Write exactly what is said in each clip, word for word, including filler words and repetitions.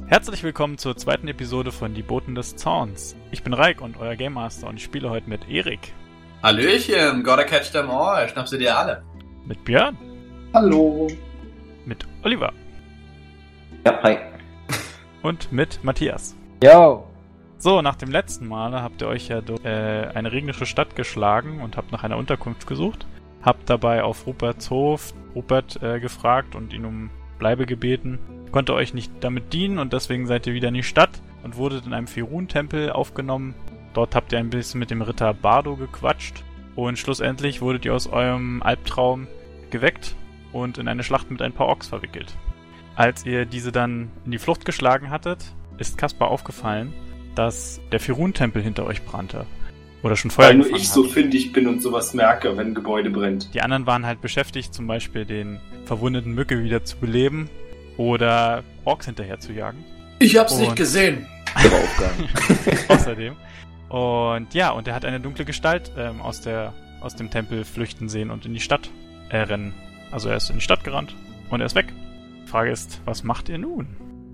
Herzlich willkommen zur zweiten Episode von Die Boten des Zorns. Ich bin Raik und euer Game Master und ich spiele heute mit Erik. Hallöchen, gotta catch them all, schnapp sie dir alle. Mit Björn. Hallo. Mit Oliver. Ja, hi. Und mit Matthias. Yo. So, nach dem letzten Mal habt ihr euch ja durch äh, eine regnerische Stadt geschlagen und habt nach einer Unterkunft gesucht. Habt dabei auf Ruperts Hof Rupert äh, gefragt und ihn um Bleibe gebeten. Konnte euch nicht damit dienen und deswegen seid ihr wieder in die Stadt und wurdet in einem Firun-Tempel aufgenommen. Dort habt ihr ein bisschen mit dem Ritter Bardo gequatscht und schlussendlich wurdet ihr aus eurem Albtraum geweckt und in eine Schlacht mit ein paar Orks verwickelt. Als ihr diese dann in die Flucht geschlagen hattet, ist Kaspar aufgefallen, dass der Firun-Tempel hinter euch brannte. Oder schon Feuer Weil nur gefangen ich hat. so findig bin und sowas merke, wenn ein Gebäude brennt. Die anderen waren halt beschäftigt, zum Beispiel den verwundeten Mücke wieder zu beleben oder Orks hinterher zu jagen. Ich hab's Und- nicht gesehen. Ihre Aufgaben. Außerdem. Und ja, und er hat eine dunkle Gestalt ähm, aus der aus dem Tempel flüchten sehen und in die Stadt äh, rennen. Also er ist in die Stadt gerannt und er ist weg. Die Frage ist, was macht ihr nun?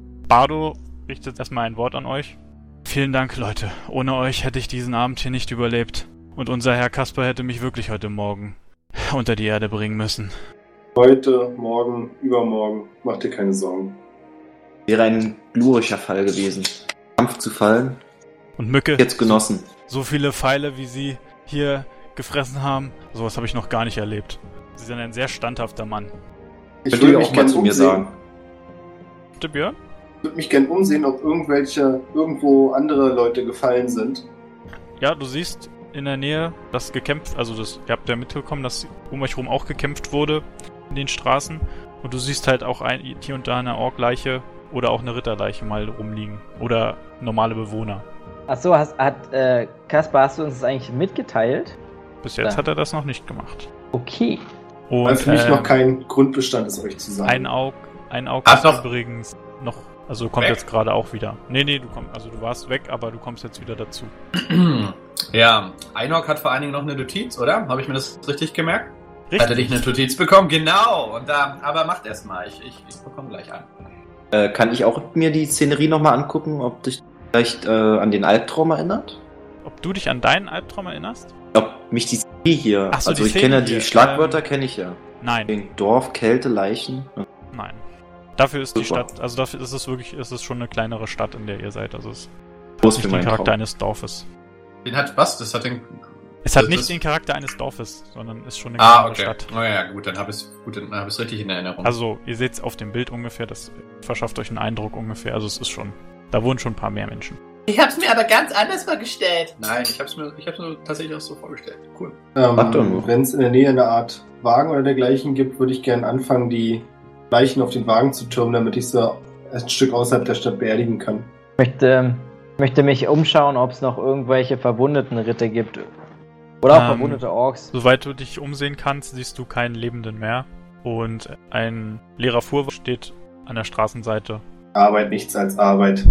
Bardo richtet erstmal ein Wort an euch. Vielen Dank, Leute. Ohne euch hätte ich diesen Abend hier nicht überlebt. Und unser Herr Kaspar hätte mich wirklich heute Morgen unter die Erde bringen müssen. Heute, morgen, übermorgen, mach dir keine Sorgen. Wäre ein glurischer Fall gewesen. Kampf zu fallen, Und Mücke, jetzt genossen. so viele Pfeile, wie sie hier gefressen haben, sowas habe ich noch gar nicht erlebt. Sie sind ein sehr standhafter Mann. Ich Könnt würde ihr mich auch mal gern zu mir umsehen. sagen. Bitte, Björn? Ich würde mich gern umsehen, ob irgendwelche, irgendwo andere Leute gefallen sind. Ja, du siehst in der Nähe, dass gekämpft, also das, ihr habt ja mitbekommen, dass um euch rum auch gekämpft wurde in den Straßen. Und du siehst halt auch ein, hier und da eine Ork-Leiche oder auch eine Ritterleiche mal rumliegen. Oder normale Bewohner. Achso, hast, hat, äh, Kaspar, hast du uns das eigentlich mitgeteilt? Bis jetzt Ja. hat er das noch nicht gemacht. Okay. Und Weil für mich ähm, noch kein Grundbestand ist, euch zu sagen. ein Aug, ein Aug Ach, ist doch. übrigens noch, also kommt Weg? jetzt gerade auch wieder. Nee, nee, du kommst, also du warst weg, aber du kommst jetzt wieder dazu. Ja, Einhorn hat vor allen Dingen noch eine Notiz, oder? Habe ich mir das richtig gemerkt? Richtig. Hat er nicht eine Notiz bekommen? Genau. Und da, aber macht erst mal. Ich, ich, ich bekomme gleich an. Äh, kann ich auch mir die Szenerie nochmal angucken, ob dich vielleicht äh, an den Albtraum erinnert? Ob du dich an deinen Albtraum erinnerst? Ob mich die Szenerie hier... Ach so, also die ich kenne Szene die hier, Schlagwörter, ähm, kenne ich ja. Nein. Wegen Dorf, Kälte, Leichen. Nein. Dafür ist die Super. Stadt, also dafür ist es wirklich, ist es schon eine kleinere Stadt, in der ihr seid. Also es Groß hat für nicht den meinen Charakter Traum. eines Dorfes. Den hat was? Das hat den. Es hat Das nicht ist- den Charakter eines Dorfes, sondern ist schon eine Ah, kleinere okay. Stadt. Oh ja, gut, dann habe ich es gut, dann habe ich es richtig in Erinnerung. Also ihr seht es auf dem Bild ungefähr, das verschafft euch einen Eindruck ungefähr. Also es ist schon, da wohnen schon ein paar mehr Menschen. ich habe es mir aber ganz anders vorgestellt. Nein, ich habe es mir, ich habe mir tatsächlich auch so vorgestellt. Cool. Warte Ähm, nur. Wenn es in der Nähe eine Art Wagen oder dergleichen gibt, würde ich gern anfangen, die Leichen auf den Wagen zu türmen, damit ich sie ein Stück außerhalb der Stadt beerdigen kann. Ich möchte, möchte mich umschauen, ob es noch irgendwelche verwundeten Ritter gibt. Oder auch Ähm, verwundete Orks. Soweit du dich umsehen kannst, siehst du keinen Lebenden mehr. Und ein leerer Fuhrwagen steht an der Straßenseite. Arbeit, nichts als Arbeit.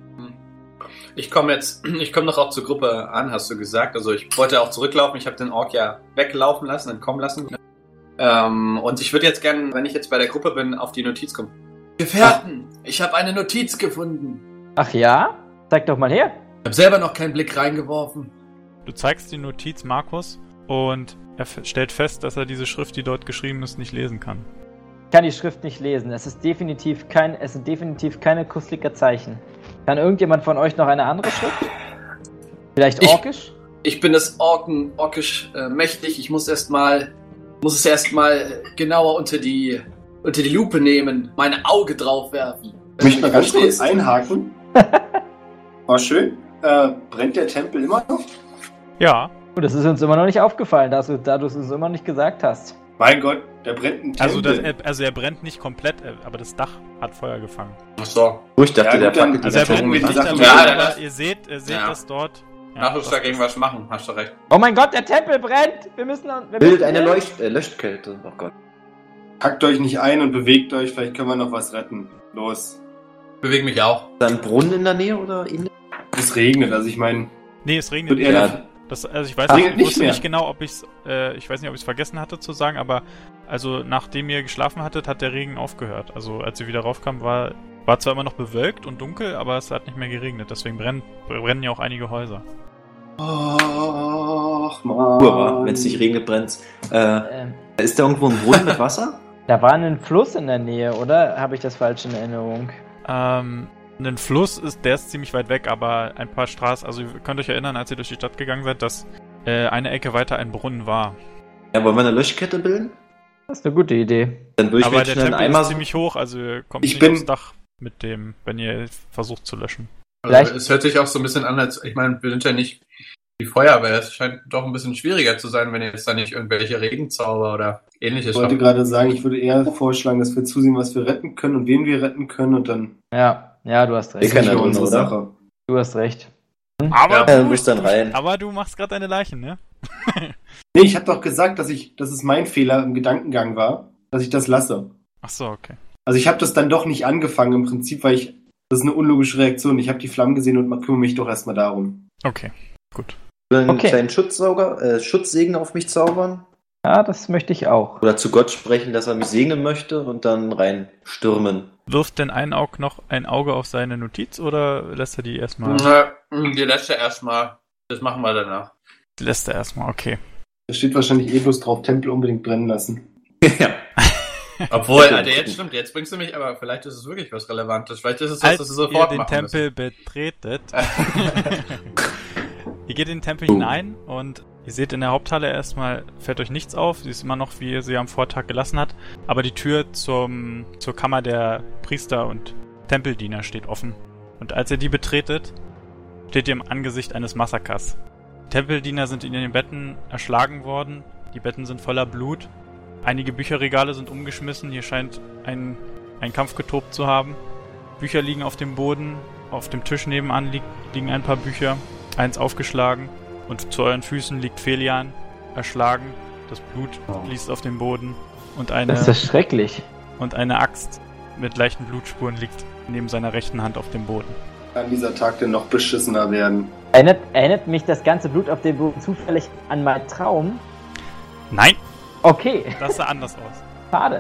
Ich komme jetzt, ich komme noch auch zur Gruppe an, hast du gesagt. Also ich wollte auch zurücklaufen. Ich habe den Ork ja weglaufen lassen, entkommen lassen. Ähm, und ich würde jetzt gerne, wenn ich jetzt bei der Gruppe bin, auf die Notiz kommen. Gefährten, ich habe eine Notiz gefunden. Ach ja? Zeig doch mal her. Ich habe selber noch keinen Blick reingeworfen. Du zeigst die Notiz Markus und er f- stellt fest, dass er diese Schrift, die dort geschrieben ist, nicht lesen kann. Ich kann die Schrift nicht lesen. Es ist definitiv kein, es sind definitiv keine Kusliker Zeichen. Kann irgendjemand von euch noch eine andere Schrift? Vielleicht Ich- Orkisch? Ich bin des Orken, orkisch äh, mächtig. Ich muss erst mal, muss es erst mal genauer unter die, unter die Lupe nehmen, mein Auge drauf werfen. Ich möchte mal ganz kurz Verstehst? einhaken. War schön. Äh, brennt der Tempel immer noch? Ja, Oh, das ist uns immer noch nicht aufgefallen, da du, da du es uns immer noch nicht gesagt hast. Mein Gott, der brennt ein Tempel. also, das, er- also er brennt nicht komplett, äh, aber das Dach hat Feuer gefangen. Ach so. Oh, ich dachte, Ja, der gut, dann- fackelt die Also er ganze brennt wie nicht, gesagt, aber, ja, aber das- ihr seht, ihr seht ja. das dort. Lass uns das- dagegen was machen, hast du recht. Oh mein Gott, der Tempel brennt! Wir müssen... Wir Bild müssen eine hin. Leucht äh, Löschkälte. Oh Gott. Packt euch nicht ein und bewegt euch, vielleicht können wir noch was retten. Los. Bewege mich auch. Ist da ein Brunnen in der Nähe oder in Es regnet, also ich meine, Nee, es regnet wird nicht. eher Ja. Das, also ich weiß Ach, nicht, ich nicht wusste mehr. nicht genau, ob ich's, äh, ich weiß nicht, ob ich es vergessen hatte zu sagen, aber also nachdem ihr geschlafen hattet, hat der Regen aufgehört. Also als ihr wieder raufkam, war War zwar immer noch bewölkt und dunkel, aber es hat nicht mehr geregnet, deswegen brennen, brennen ja auch einige Häuser. Ach, Mann. Wenn es nicht regnet, brennt's. Äh, Ähm, ist da irgendwo ein Brunnen mit Wasser? da war ein Fluss in der Nähe, oder? Habe ich das falsch in Erinnerung? Ähm, ein Fluss ist, der ist ziemlich weit weg, aber ein paar Straßen, also ihr könnt euch erinnern, als ihr durch die Stadt gegangen seid, dass äh, eine Ecke weiter ein Brunnen war. Ja, wollen wir eine Löschkette bilden? Das ist eine gute Idee. Dann würde ich Aber mir jetzt der schnell einen Tempel Eimer... ist ziemlich hoch, also ihr kommt Ich nicht bin- aufs Dach mit dem, wenn ihr versucht zu löschen. Also, Vielleicht- es hört sich auch so ein bisschen an, als, ich meine, wir sind ja nicht die Feuerwehr. Es scheint doch ein bisschen schwieriger zu sein, wenn ihr jetzt da nicht irgendwelche Regenzauber oder ähnliches Ich wollte habt. gerade sagen, ich würde eher vorschlagen, dass wir zusehen, was wir retten können und wen wir retten können und dann Ja, ja, du hast Wir recht. können ja nur drin, unsere oder? Sache. Du hast recht. Aber, Ja, du gut, musst dann rein. aber du machst gerade deine Leichen, ne? Nee, ich habe doch gesagt, dass ich, dass es mein Fehler im Gedankengang war, dass ich das lasse. Ach so, okay. Also ich habe das dann doch nicht angefangen im Prinzip, weil ich, das ist eine unlogische Reaktion. Ich habe die Flammen gesehen und kümmere mich doch erstmal darum. Okay, gut. Ich will einen Okay. kleinen Schutzsauger, äh, Schutzsegen auf mich zaubern. Ja, das möchte ich auch. Oder zu Gott sprechen, dass er mich segnen möchte und dann rein stürmen. Wirft denn ein Auge noch ein Auge auf seine Notiz oder lässt er die erstmal? Na, die letzte erstmal. Das machen wir danach. Lässt er erstmal, okay. Da steht wahrscheinlich eh bloß drauf, Tempel unbedingt brennen lassen. ja. Obwohl, Okay. Alter, jetzt stimmt, jetzt bringst du mich, aber vielleicht ist es wirklich was Relevantes. Vielleicht ist es was, Als das wir ihr sofort den machen Tempel betretet, ihr geht in den Tempel Oh. hinein und ihr seht in der Haupthalle erstmal, fällt euch nichts auf, sie ist immer noch, wie ihr sie am Vortag gelassen hat, aber die Tür zum, zur Kammer der Priester und Tempeldiener steht offen. Und als ihr die betretet, steht ihr im Angesicht eines Massakers. Die Tempeldiener sind in den Betten erschlagen worden, die Betten sind voller Blut, einige Bücherregale sind umgeschmissen, hier scheint ein, ein Kampf getobt zu haben. Bücher liegen auf dem Boden, auf dem Tisch nebenan lieg, liegen ein paar Bücher, eins aufgeschlagen und zu euren Füßen liegt Felian, erschlagen, das Blut fließt auf dem Boden und eine, Das ist ja schrecklich. und eine Axt mit leichten Blutspuren liegt neben seiner rechten Hand auf dem Boden. Kann dieser Tag denn noch beschissener werden? Erinnert, erinnert mich das ganze Blut auf dem Boden zufällig an meinen Traum? Nein, Okay, das sah anders aus. schade.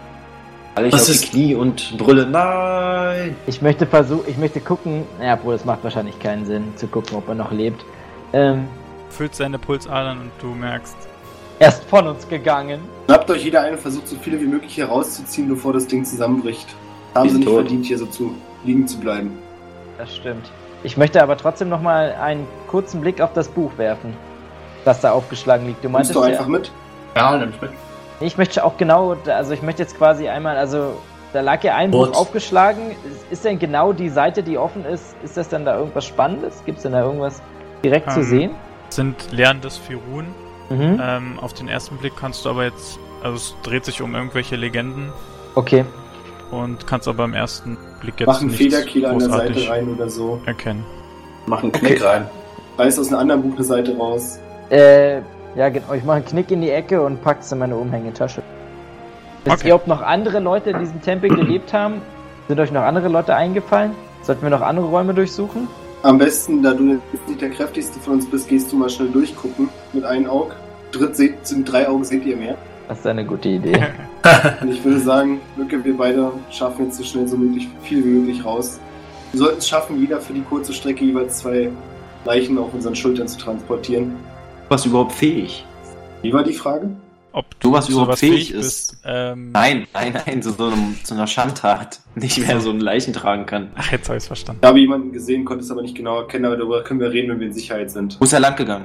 Falle ich Was auf die ist- Knie und brülle, nein! Ich möchte versuchen, ich möchte gucken, ja, obwohl es macht wahrscheinlich keinen Sinn, zu gucken, ob er noch lebt. Ähm, Füllt seine Pulsadern und du merkst, er ist von uns gegangen. Habt euch jeder einen versucht, so viele wie möglich hier rauszuziehen, bevor das Ding zusammenbricht. Haben Ist sie nicht tot. verdient, hier so zu liegen zu bleiben. Das stimmt. Ich möchte aber trotzdem noch mal einen kurzen Blick auf das Buch werfen, das da aufgeschlagen liegt. Du Nimmst meintest du ja, einfach mit? Ja, nimm ich mit. ich möchte auch genau, also ich möchte jetzt quasi einmal, also da lag ja ein Buch Gut. aufgeschlagen. Ist, ist denn genau die Seite, die offen ist, ist das denn da irgendwas Spannendes? Gibt es denn da irgendwas direkt zu Ähm. sehen? sind lernendes Firun. Mhm. Ähm, auf den ersten Blick kannst du aber jetzt, also es dreht sich um irgendwelche Legenden Okay. und kannst aber im ersten Blick jetzt Mach einen nichts Federkieler an der großartig Seite rein oder so. erkennen. Mach einen Knick rein. Reiß aus einem anderen Buch eine Seite raus. Äh, ja, genau. Ich mache einen Knick in die Ecke und pack's in meine Umhängetasche. Wisst Okay. ihr, ob noch andere Leute in diesem Tempel gelebt haben? Sind euch noch andere Leute eingefallen? Sollten wir noch andere Räume durchsuchen? Am besten, da du jetzt nicht der kräftigste von uns bist, gehst du mal schnell durchgucken mit einem Auge. Dritt seht, sind drei Augen seht ihr mehr. Das ist eine gute Idee. Und ich würde sagen, Lücke, wir beide schaffen jetzt so schnell so möglich, viel wie möglich raus. Wir sollten es schaffen, jeder für die kurze Strecke jeweils zwei Leichen auf unseren Schultern zu transportieren. Was überhaupt fähig? Wie war die Frage? Ob Du, was zu überhaupt sowas fähig bist, ähm, Nein, nein, nein, zu so, einem, zu einer Schandtat. Nicht mehr so ein Leichen tragen kann. Ach, jetzt habe ich es verstanden. Ich habe jemanden gesehen, konnte es aber nicht genau erkennen, aber darüber können wir reden, wenn wir in Sicherheit sind. Wo ist er lang gegangen?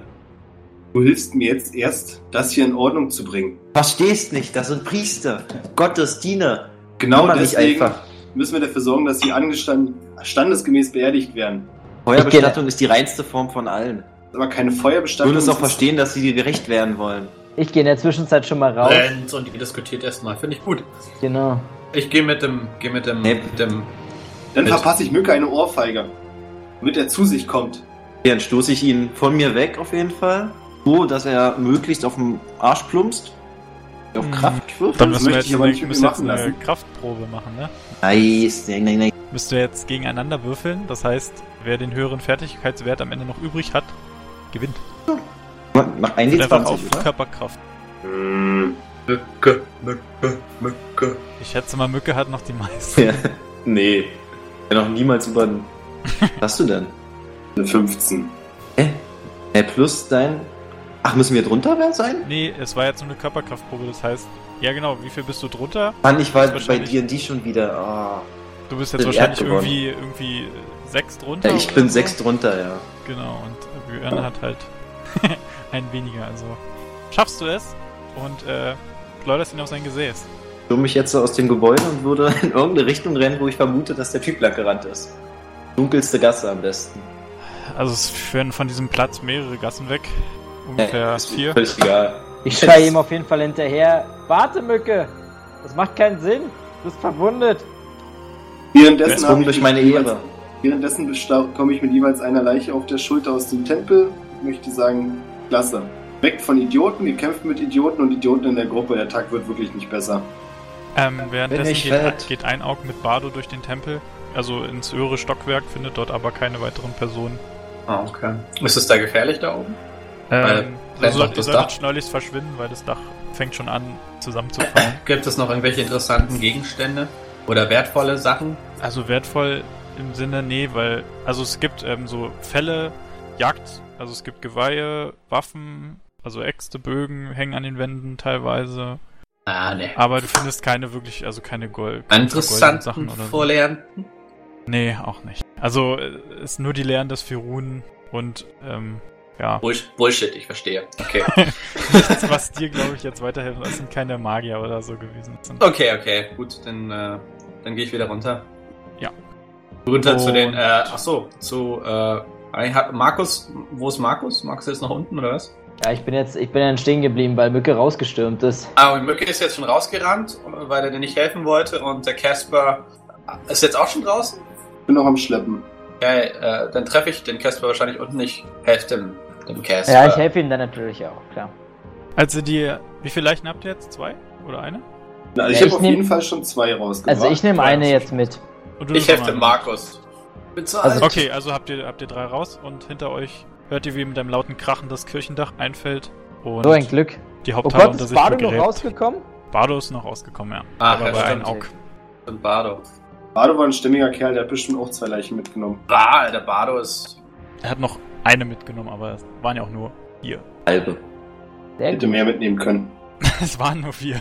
Du hilfst mir jetzt erst, das hier in Ordnung zu bringen. Verstehst nicht, das sind Priester. Gottes Diener. Genau Kann man nicht deswegen einfach. müssen wir dafür sorgen, dass sie angestanden, standesgemäß beerdigt werden. Feuerbestattung ist die reinste Form von allen. Das ist aber keine Du Feuerbestattung. würdest auch es ist- verstehen, dass sie dir gerecht werden wollen. Ich gehe in der Zwischenzeit schon mal raus. Brennt und ihr diskutiert erstmal. Finde ich gut. Genau. Ich gehe mit dem, gehe mit dem, Nee. mit dem. Dann Mit- verpasse ich Mücke eine Ohrfeige, damit er zu sich kommt. Okay, dann stoße ich ihn von mir weg auf jeden Fall. So, dass er möglichst auf den Arsch plumpst. Auf Hm. Kraft wirft. Dann Das müssen wir möchte jetzt, ich aber eine, nicht mit müssen mir jetzt machen eine lassen. Kraftprobe machen, ne? Nice. Nein, nein, nein. Müsst ihr jetzt gegeneinander würfeln. Das heißt, wer den höheren Fertigkeitswert am Ende noch übrig hat, gewinnt. Mach ein D Einfach zwanzig, auf oder? Körperkraft. Mücke, Mücke, Mücke. Ich schätze mal, Mücke hat noch die meisten. Ja. Nee. Ja, noch niemals über... Was hast du denn? Eine fünfzehn. Hä? Hä, plus dein... Ach, müssen wir drunter wer sein? Nee, es war jetzt nur eine Körperkraftprobe, das heißt... Ja genau, wie viel bist du drunter? Mann, ich war Das ist bei wahrscheinlich- D und D schon wieder... Oh. Du bist jetzt bin wahrscheinlich Erd geworden. irgendwie, irgendwie sechs drunter. Ja, ich oder bin so. sechs drunter, ja. Genau, und Björn hat halt einen weniger, also... Schaffst du es und äh, schleuderst ihn auf sein Gesäß. Ich mich jetzt so aus dem Gebäude und würde in irgendeine Richtung rennen, wo ich vermute, dass der Typ lang gerannt ist. Dunkelste Gasse am besten. Also es führen von diesem Platz mehrere Gassen weg. Ungefähr Äh, ist mir vier. völlig egal. Ich schreie ihm auf jeden Fall hinterher. Warte, Mücke! Das macht keinen Sinn. Du bist verwundet. Währenddessen, Gezwungen habe ich durch mit meine jeweils- Ehre. währenddessen besta- komme ich mit jeweils einer Leiche auf der Schulter aus dem Tempel. Ich möchte sagen, klasse. Weg von Idioten, wir kämpfen mit Idioten und Idioten in der Gruppe. Der Tag wird wirklich nicht besser. Ähm, Bin währenddessen ich geht, fett. geht ein Aug mit Bardo durch den Tempel, also ins höhere Stockwerk, findet dort aber keine weiteren Personen. Ah, okay. Ist es da gefährlich da oben? Weil Ähm, brennt ihr doch sollt, ihr das solltet Dach. schnellst verschwinden, weil das Dach fängt schon an zusammenzufallen. Gibt es noch irgendwelche interessanten Gegenstände? Oder wertvolle Sachen? Also wertvoll im Sinne, nee, weil, also es gibt ähm, so Fälle, Jagd, also es gibt Geweihe, Waffen, also Äxte, Bögen hängen an den Wänden teilweise, Ah, ne. aber du findest keine wirklich, also keine Gold, keine Interessanten Sachen oder so. Vorlernten? Nee, auch nicht. Also äh, ist nur die Lehren des Firun und ähm, ja, Bullsh- Bullshit, ich verstehe. Okay. nichts, was dir, glaube ich, jetzt weiterhelfen. Das sind keine Magier oder so gewesen. Das sind Okay, okay. Gut, dann, äh, dann gehe ich wieder runter. Ja. Runter zu den, Und- äh, ach so, zu, äh, eigentlich hat- Markus, wo ist Markus? Markus ist noch unten, oder was? Ja, ich bin jetzt, ich bin dann stehen geblieben, weil Mücke rausgestürmt ist. Ah, und Mücke ist jetzt schon rausgerannt, weil er dir nicht helfen wollte und der Casper ist jetzt auch schon draußen? Ich bin noch am Schleppen. Okay, äh, dann treffe ich den Casper wahrscheinlich unten nicht. Helft dem, dem Casper. Ja, ich helfe ihm dann natürlich auch, klar. Also die, wie viele Leichen habt ihr jetzt? Zwei? Oder eine? Na, ich Ja, habe ich auf nehm- jeden Fall schon zwei rausgebracht. Also ich nehme Ja, eine das ist jetzt schon- mit. Und du Ich nimmst helfe noch dem eine. Markus. Bin zu Also- alt. Okay, also habt ihr, habt ihr drei raus und hinter euch hört ihr, wie mit einem lauten Krachen das Kirchendach einfällt und So ein Glück. die Oh Haupthalle Gott, unter ist sich Bardo noch begräbt. rausgekommen? Bardo ist noch rausgekommen, ja. Ah, Aber ja, bei einem stimmt. Aug. Und Bardo. Bardo war ein stämmiger Kerl, der hat bestimmt auch zwei Leichen mitgenommen. Ah, der Bardo ist... Er hat noch eine mitgenommen, aber es waren ja auch nur vier. Halbe. Sehr Hätte gut. mehr mitnehmen können. Es waren nur vier.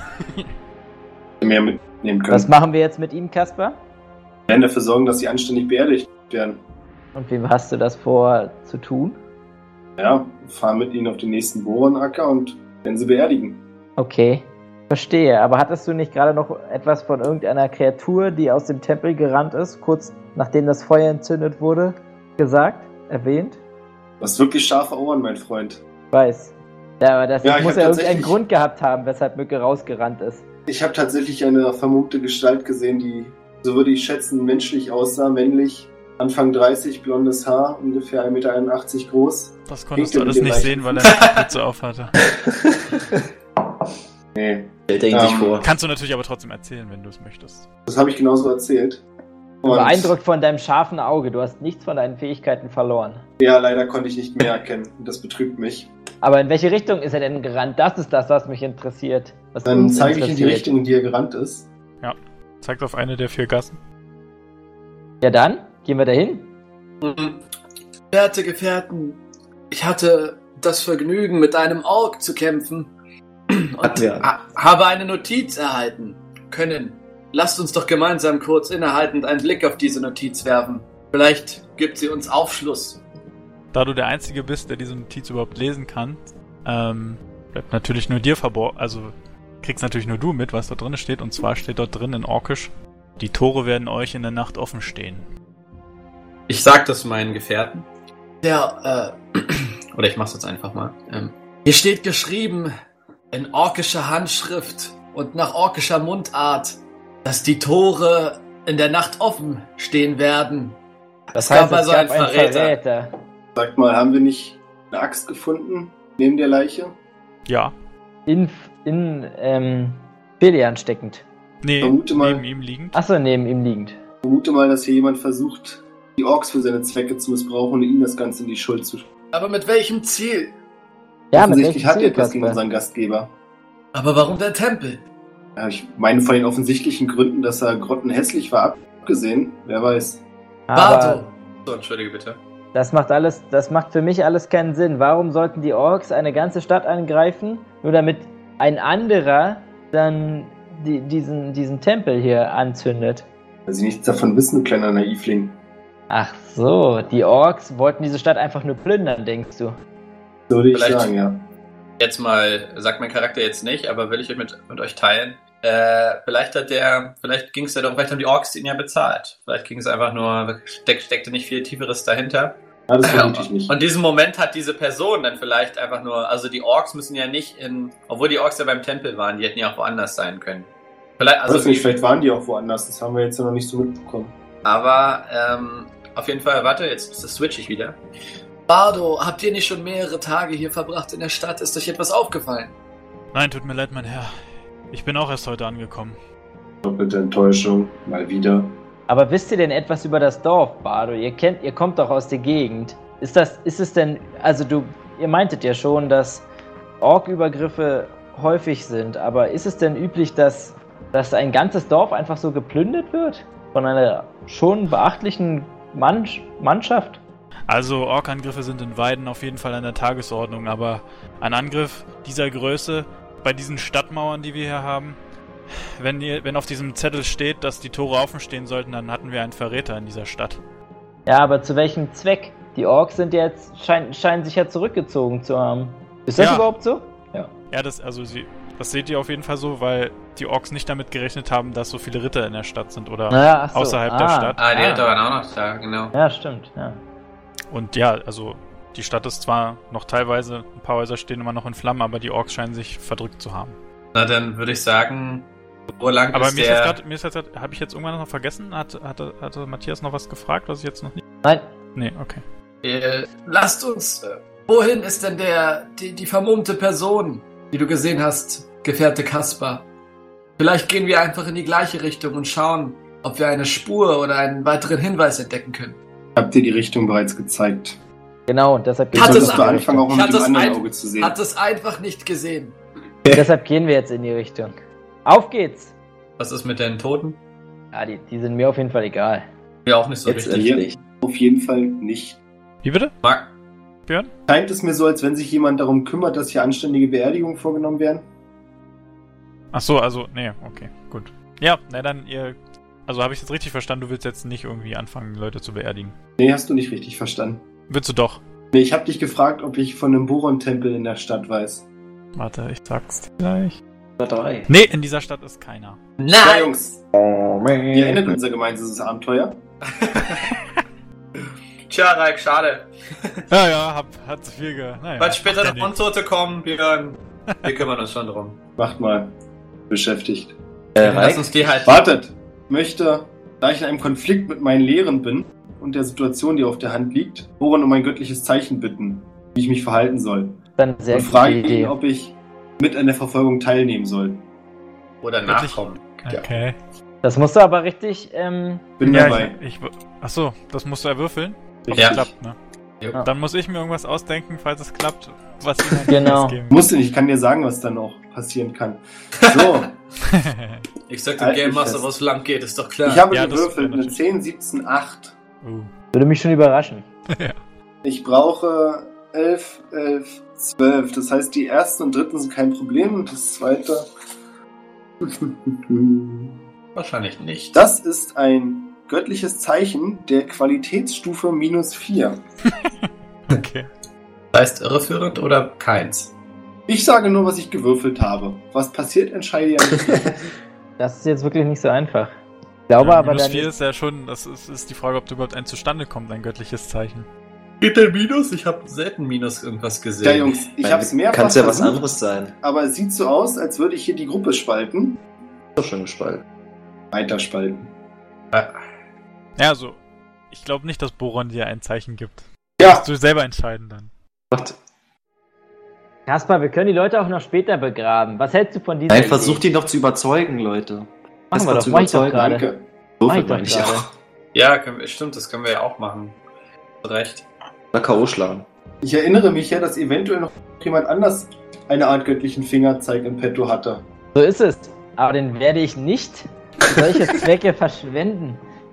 Hätte mehr mitnehmen können. Was machen wir jetzt mit ihm, Kasper? Wir werden dafür sorgen, dass sie anständig beerdigt werden. Und wie hast du das vor zu tun? Ja, fahren mit ihnen auf den nächsten Bohrenacker und werden sie beerdigen. Okay, verstehe. Aber hattest du nicht gerade noch etwas von irgendeiner Kreatur, die aus dem Tempel gerannt ist, kurz nachdem das Feuer entzündet wurde, gesagt, erwähnt? Du hast wirklich scharfe Ohren, mein Freund. Ich weiß. Ja, aber das Ja, ich muss hab ja irgendeinen tatsächlich- Grund gehabt haben, weshalb Mücke rausgerannt ist. Ich habe tatsächlich eine vermummte Gestalt gesehen, die, so würde ich schätzen, menschlich aussah, männlich, Anfang dreißig, blondes Haar, ungefähr ein Meter einundachtzig groß. Das konntest Winkel du alles mit dem nicht Leichen. sehen, weil er eine Kapuze auf hatte. Nee, Stellt er ihn sich Ähm, vor. Kannst du natürlich aber trotzdem erzählen, wenn du es möchtest. das habe ich genauso erzählt. Und Beeindruckt von deinem scharfen Auge. Du hast nichts von deinen Fähigkeiten verloren. ja, leider konnte ich nicht mehr erkennen. Das betrübt mich. Aber in welche Richtung ist er denn gerannt? Das ist das, was mich interessiert. Was Dann uns zeige ich in die interessiert. Richtung, in die er gerannt ist. Zeigt auf eine der vier Gassen. Ja dann, gehen wir dahin. Werte Gefährten, ich hatte das Vergnügen, mit einem Ork zu kämpfen und Hatten wir. ha habe eine Notiz erhalten können. Lasst uns doch gemeinsam kurz innehaltend einen Blick auf diese Notiz werfen. Vielleicht gibt sie uns Aufschluss. Da du der Einzige bist, der diese Notiz überhaupt lesen kann, ähm, bleibt natürlich nur dir verborgen, also kriegst natürlich nur du mit, was da drin steht, und zwar steht dort drin in Orkisch: Die Tore werden euch in der Nacht offen stehen. Ich sag das meinen Gefährten. Der, äh, oder ich mach's jetzt einfach mal. Ähm, hier steht geschrieben, in orkischer Handschrift und nach orkischer Mundart, dass die Tore in der Nacht offen stehen werden. Das Es heißt, gab es also gab einen einen Verräter. Verräter. Sagt mal, haben wir nicht eine Axt gefunden neben der Leiche? Ja. In, in ähm, Belian steckend. Nee, Vermute mal- neben ihm liegend. Achso, neben ihm liegend. Ich vermute mal, dass hier jemand versucht, die Orks für seine Zwecke zu missbrauchen und ihm das Ganze in die Schuld zu schieben. Aber mit welchem Ziel? Ja, mit Offensichtlich welchem hat er Ziel, etwas gegen Kasper? unseren Gastgeber. Aber warum der Tempel? Ja, ich meine von den offensichtlichen Gründen, dass er grottenhässlich war, abgesehen. Wer weiß. Aber So, entschuldige bitte. das macht alles, das macht für mich alles keinen Sinn. Warum sollten die Orks eine ganze Stadt angreifen, nur damit ein anderer dann die, diesen, diesen Tempel hier anzündet? Weil sie nichts davon wissen, du kleiner Naivling. Ach so, die Orks wollten diese Stadt einfach nur plündern, denkst du? So würde ich Vielleicht- sagen, ja. Jetzt mal, sagt mein Charakter jetzt nicht, aber will ich mit, mit euch teilen. Äh, vielleicht hat der, vielleicht ging es ja doch, vielleicht haben die Orks ihn ja bezahlt. Vielleicht ging es einfach nur, steck, steckte nicht viel Tieferes dahinter. Ja, das vermute ich nicht. Und diesen Moment hat diese Person dann vielleicht einfach nur, also die Orks müssen ja nicht in, obwohl die Orks ja beim Tempel waren, die hätten ja auch woanders sein können. Vielleicht, Also also nicht, vielleicht waren die auch woanders, das haben wir jetzt ja noch nicht so mitbekommen. Aber ähm, auf jeden Fall, warte, jetzt switch ich wieder. Bardo, habt ihr nicht schon mehrere Tage hier verbracht in der Stadt? Ist euch etwas aufgefallen? Nein, tut mir leid, mein Herr. Ich bin auch erst heute angekommen. Doppelte Enttäuschung, mal wieder. Aber wisst ihr denn etwas über das Dorf, Bardo? Ihr kennt, ihr kommt doch aus der Gegend. Ist das, ist es denn, also du, ihr meintet ja schon, dass Ork-Übergriffe häufig sind, aber ist es denn üblich, dass, dass ein ganzes Dorf einfach so geplündert wird? Von einer schon beachtlichen Mann, Mannschaft? Also Ork-Angriffe sind in Weiden auf jeden Fall an der Tagesordnung, aber ein Angriff dieser Größe bei diesen Stadtmauern, die wir hier haben, wenn, ihr, wenn auf diesem Zettel steht, dass die Tore offen stehen sollten, dann hatten wir einen Verräter in dieser Stadt. Ja, aber zu welchem Zweck? Die Orks sind ja jetzt, schein, scheinen sich ja zurückgezogen zu haben. Ist das Ja. überhaupt so? Ja. Ja, das, also sie, das seht ihr auf jeden Fall so, weil die Orks nicht damit gerechnet haben, dass so viele Ritter in der Stadt sind oder Naja, ach so. außerhalb ah, der Stadt. Ah, die Ritter waren auch noch da, genau. Ja, stimmt, ja. Und ja, also die Stadt ist zwar noch teilweise, ein paar Häuser stehen immer noch in Flammen, aber die Orks scheinen sich verdrückt zu haben. Na, dann würde ich sagen, wo lang Aber ist mir ist der... jetzt gerade, mir ist jetzt, habe ich jetzt irgendwann noch vergessen? Hat, hatte, hatte Matthias noch was gefragt, was ich jetzt noch nicht... Nein, Nee, okay. Äh, lasst uns... Äh, wohin ist denn der, die, die vermummte Person, die du gesehen hast, Gefährte Kaspar? Vielleicht gehen wir einfach in die gleiche Richtung und schauen, ob wir eine Spur oder einen weiteren Hinweis entdecken können. Ich hab dir die Richtung bereits gezeigt. genau, und deshalb Jetzt Hat gehen, es solltest du anfangen, auch Ich mit hatte dem es anderen ein- Auge zu sehen. Hat es einfach nicht gesehen. deshalb gehen wir jetzt in die Richtung. Auf geht's! Was ist mit den Toten? Ja, die, die sind mir auf jeden Fall egal. Ja, auch nicht so Jetzt richtig. endlich. Auf jeden Fall nicht. Wie bitte? Marc, Björn? Scheint es mir so, als wenn sich jemand darum kümmert, dass hier anständige Beerdigungen vorgenommen werden? Ach so, also, nee, okay, gut. Ja, na dann, ihr... Also habe ich jetzt richtig verstanden, du willst jetzt nicht irgendwie anfangen, Leute zu beerdigen. Nee, hast du nicht richtig verstanden. Willst du doch. Nee, ich hab dich gefragt, ob ich von einem Boron-Tempel in der Stadt weiß. Warte, ich sag's dir gleich. Drei. Nee, in dieser Stadt ist keiner. Ja, Jungs, Oh, man. ihr endet unser gemeinsames Abenteuer. Tja, Raik, schade. Ja, ja, hab, hat zu viel ge... Naja, Weil später macht ja noch Untote kommen, Björn. Wir kümmern uns schon drum. Macht mal. Beschäftigt. Äh, Lass Reik? uns die halt... Wartet! Ich möchte, da ich in einem Konflikt mit meinen Lehren bin und der Situation, die auf der Hand liegt, Boron um ein göttliches Zeichen bitten, wie ich mich verhalten soll. Dann sehr Und gute frage ihn, Idee. ob ich mit an der Verfolgung teilnehmen soll. Oder Wirklich? nachkommen. Okay. Das musst du aber richtig, ähm, Bin Ja, dabei. ich, ich... Achso, das musst du erwürfeln? Ob Ja. es klappt, ne? Ja. Dann muss ich mir irgendwas ausdenken, falls es klappt, was ich dann Genau. ausgeben Musst du nicht, ich kann dir sagen, was dann auch passieren kann. So, Ich sag dem Halt Game mich Master, fest. wo es lang geht, ist doch klar. ich habe Ja, das gewürfelt wäre eine natürlich- zehn, siebzehn, acht. uh. würde mich schon überraschen. Ich brauche elf, elf, zwölf. Das heißt, die ersten und dritten sind kein Problem und das zweite... Wahrscheinlich nicht. Das ist ein göttliches Zeichen der Qualitätsstufe minus vier. Okay. Das heißt irreführend oder keins? Ich sage nur, was ich gewürfelt habe. Was passiert, entscheide ich. Das ist jetzt wirklich nicht so einfach. Ich glaube Ja, aber minus dann vier ist, ist ja schon, das ist, ist die Frage, ob überhaupt ein zustande kommt, ein göttliches Zeichen. Geht der Minus? Ich habe selten Minus irgendwas gesehen. Ja, Jungs, ich habe es mehrfach Kann ja was versucht, anderes sein. aber es sieht so aus, als würde ich hier die Gruppe spalten. Doch schon gespalten. Weiter spalten. Ja, also, ich glaube nicht, dass Boron dir ein Zeichen gibt. Ja, Musst du selber entscheiden dann. Warte. Kaspar, wir können die Leute auch noch später begraben. Was hältst du von dieser Nein, Idee? versucht ihn doch zu überzeugen, Leute. Machen wir Erstmal doch, zu mach ich doch überzeugen, gerade. danke. Mach Würfel ich doch meine ich gerade. auch. Ja, können wir, stimmt, das können wir ja auch machen. Hast recht. Oder K O schlagen. Ich erinnere mich ja, dass eventuell noch jemand anders eine Art göttlichen Fingerzeig im Petto hatte. So ist es. Aber den werde ich nicht für solche Zwecke verschwenden.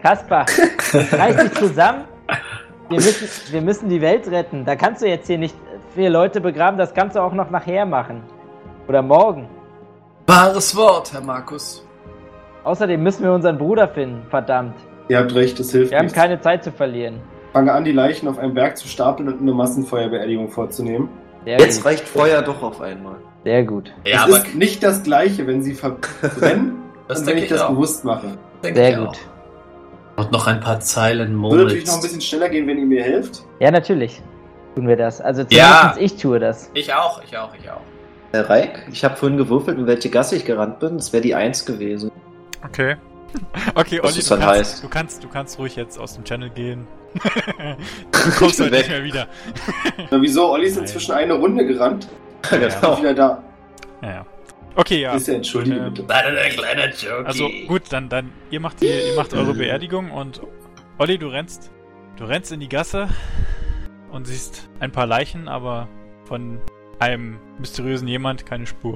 Kaspar, reiß dich zusammen. Wir müssen, wir müssen die Welt retten. Da kannst du jetzt hier nicht vier Leute begraben, das kannst du auch noch nachher machen. Oder morgen. Wahres Wort, Herr Markus. Außerdem müssen wir unseren Bruder finden, verdammt. Ihr habt recht, es hilft Wir haben nichts. keine Zeit zu verlieren. Fange an, die Leichen auf einen Berg zu stapeln und eine Massenfeuerbeerdigung vorzunehmen. Sehr Jetzt gut. reicht Feuer doch auf einmal. Sehr gut. Ja, es aber ist nicht das Gleiche, wenn sie verbrennen, Das und wenn denke ich ich das auch. bewusst mache. denke Sehr ich gut. auch. Und noch ein paar Zeilen Würde natürlich noch ein murmelst. bisschen schneller gehen, wenn ihr mir helft. Ja, natürlich tun wir das. Also Ja. zumindest ich tue das. Ich auch, ich auch, ich auch. Herr Reik, ich habe vorhin gewürfelt, in welche Gasse ich gerannt bin. Das wäre die eins gewesen. Okay. Okay, Was Olli, es du dann kannst, heißt. du, kannst, du kannst ruhig jetzt aus dem Channel gehen. Du kommst bin halt nicht weg. mehr wieder. Na, wieso? Olli ist Nein. inzwischen eine Runde gerannt. Genau. Ist wieder da. Ja, ja. Okay, ja. Ist ja, entschuldige Ähm, bitte. Nein, ein kleiner Joke. Also gut, dann, dann ihr macht die, ihr macht eure Beerdigung und Olli, du rennst, du rennst in die Gasse und siehst ein paar Leichen, aber von einem mysteriösen jemand keine Spur.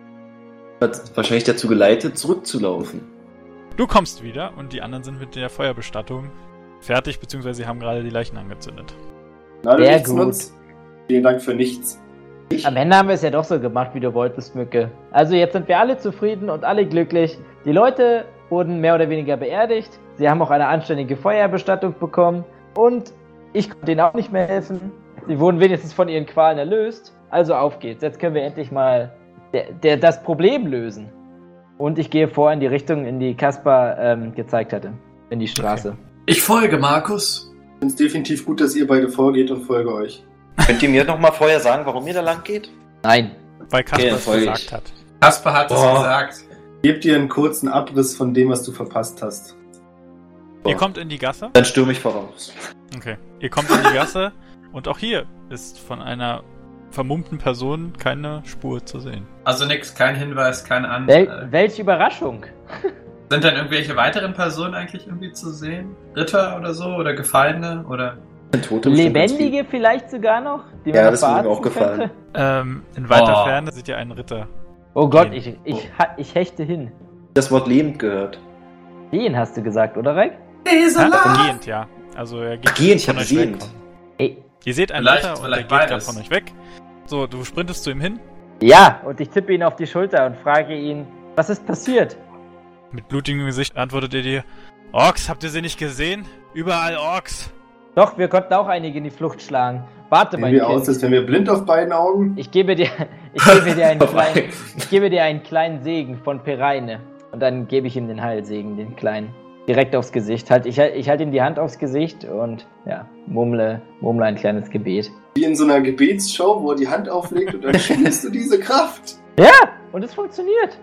Hat wahrscheinlich dazu geleitet, zurückzulaufen. Du kommst wieder und die anderen sind mit der Feuerbestattung fertig, beziehungsweise sie haben gerade die Leichen angezündet. Na, du Sehr nichts gut. nutzt. Vielen Dank für nichts. Am Ende haben wir es ja doch so gemacht, wie du wolltest, Mücke. Also jetzt sind wir alle zufrieden und alle glücklich. Die Leute wurden mehr oder weniger beerdigt. Sie haben auch eine anständige Feuerbestattung bekommen. Und ich konnte ihnen auch nicht mehr helfen. Sie wurden wenigstens von ihren Qualen erlöst. Also auf geht's. Jetzt können wir endlich mal der, der, das Problem lösen. Und ich gehe vor in die Richtung, in die Kaspar ähm, gezeigt hatte. In die Straße. Ich folge, Markus. Ich finde es definitiv gut, dass ihr beide vorgeht und folge euch. Könnt ihr mir noch mal vorher sagen, warum ihr da lang geht? Nein. Weil Kasper Okay, es folge gesagt ich. hat. Kasper hat es Boah. gesagt. Gebt dir einen kurzen Abriss von dem, was du verpasst hast. Ihr kommt in die Gasse. Dann stürme ich voraus. Okay. Ihr kommt in die Gasse und auch hier ist von einer vermummten Person keine Spur zu sehen. Also nix, kein Hinweis, kein An... Wel äh, welche Überraschung. Sind dann irgendwelche weiteren Personen eigentlich irgendwie zu sehen? Ritter oder so? Oder Gefallene? Oder... Tote bestimmt ganz viel. Lebendige vielleicht sogar noch? Die Ja, man das ist mir verarzten auch gefallen. könnte? Ähm, in weiter Oh. Ferne seht ihr einen Ritter. Oh Gott, Gehen. ich, ich, ha- ich hechte hin. Das Wort lebend gehört. Den hast du gesagt, oder Reik? Dieser Ha? Gehend, ja. Also er geht Gehend, ich von hab euch weg. sehend. Ey, Ihr seht einen Vielleicht- Ritter und der vielleicht geht gerade beides. von euch weg. So, du sprintest zu ihm hin. ja, und ich tippe ihn auf die Schulter und frage ihn, was ist passiert? Mit blutigem Gesicht antwortet er dir: Orks, habt ihr sie nicht gesehen? Überall Orks. Doch, wir konnten auch einige in die Flucht schlagen. Warte, Sehen mein wir aus, Kind. als wären wir blind auf beiden Augen. Ich gebe dir, ich gebe dir einen Vorbei. kleinen, ich gebe dir einen kleinen Segen von Pereine. Und dann gebe ich ihm den Heilsegen, den kleinen. Direkt aufs Gesicht. Halt, ich, halt- ich halte ihm die Hand aufs Gesicht und ja, murmle, murmle ein kleines Gebet. Wie in so einer Gebetsshow, wo er die Hand auflegt und dann spürst du diese Kraft. Ja, und es funktioniert.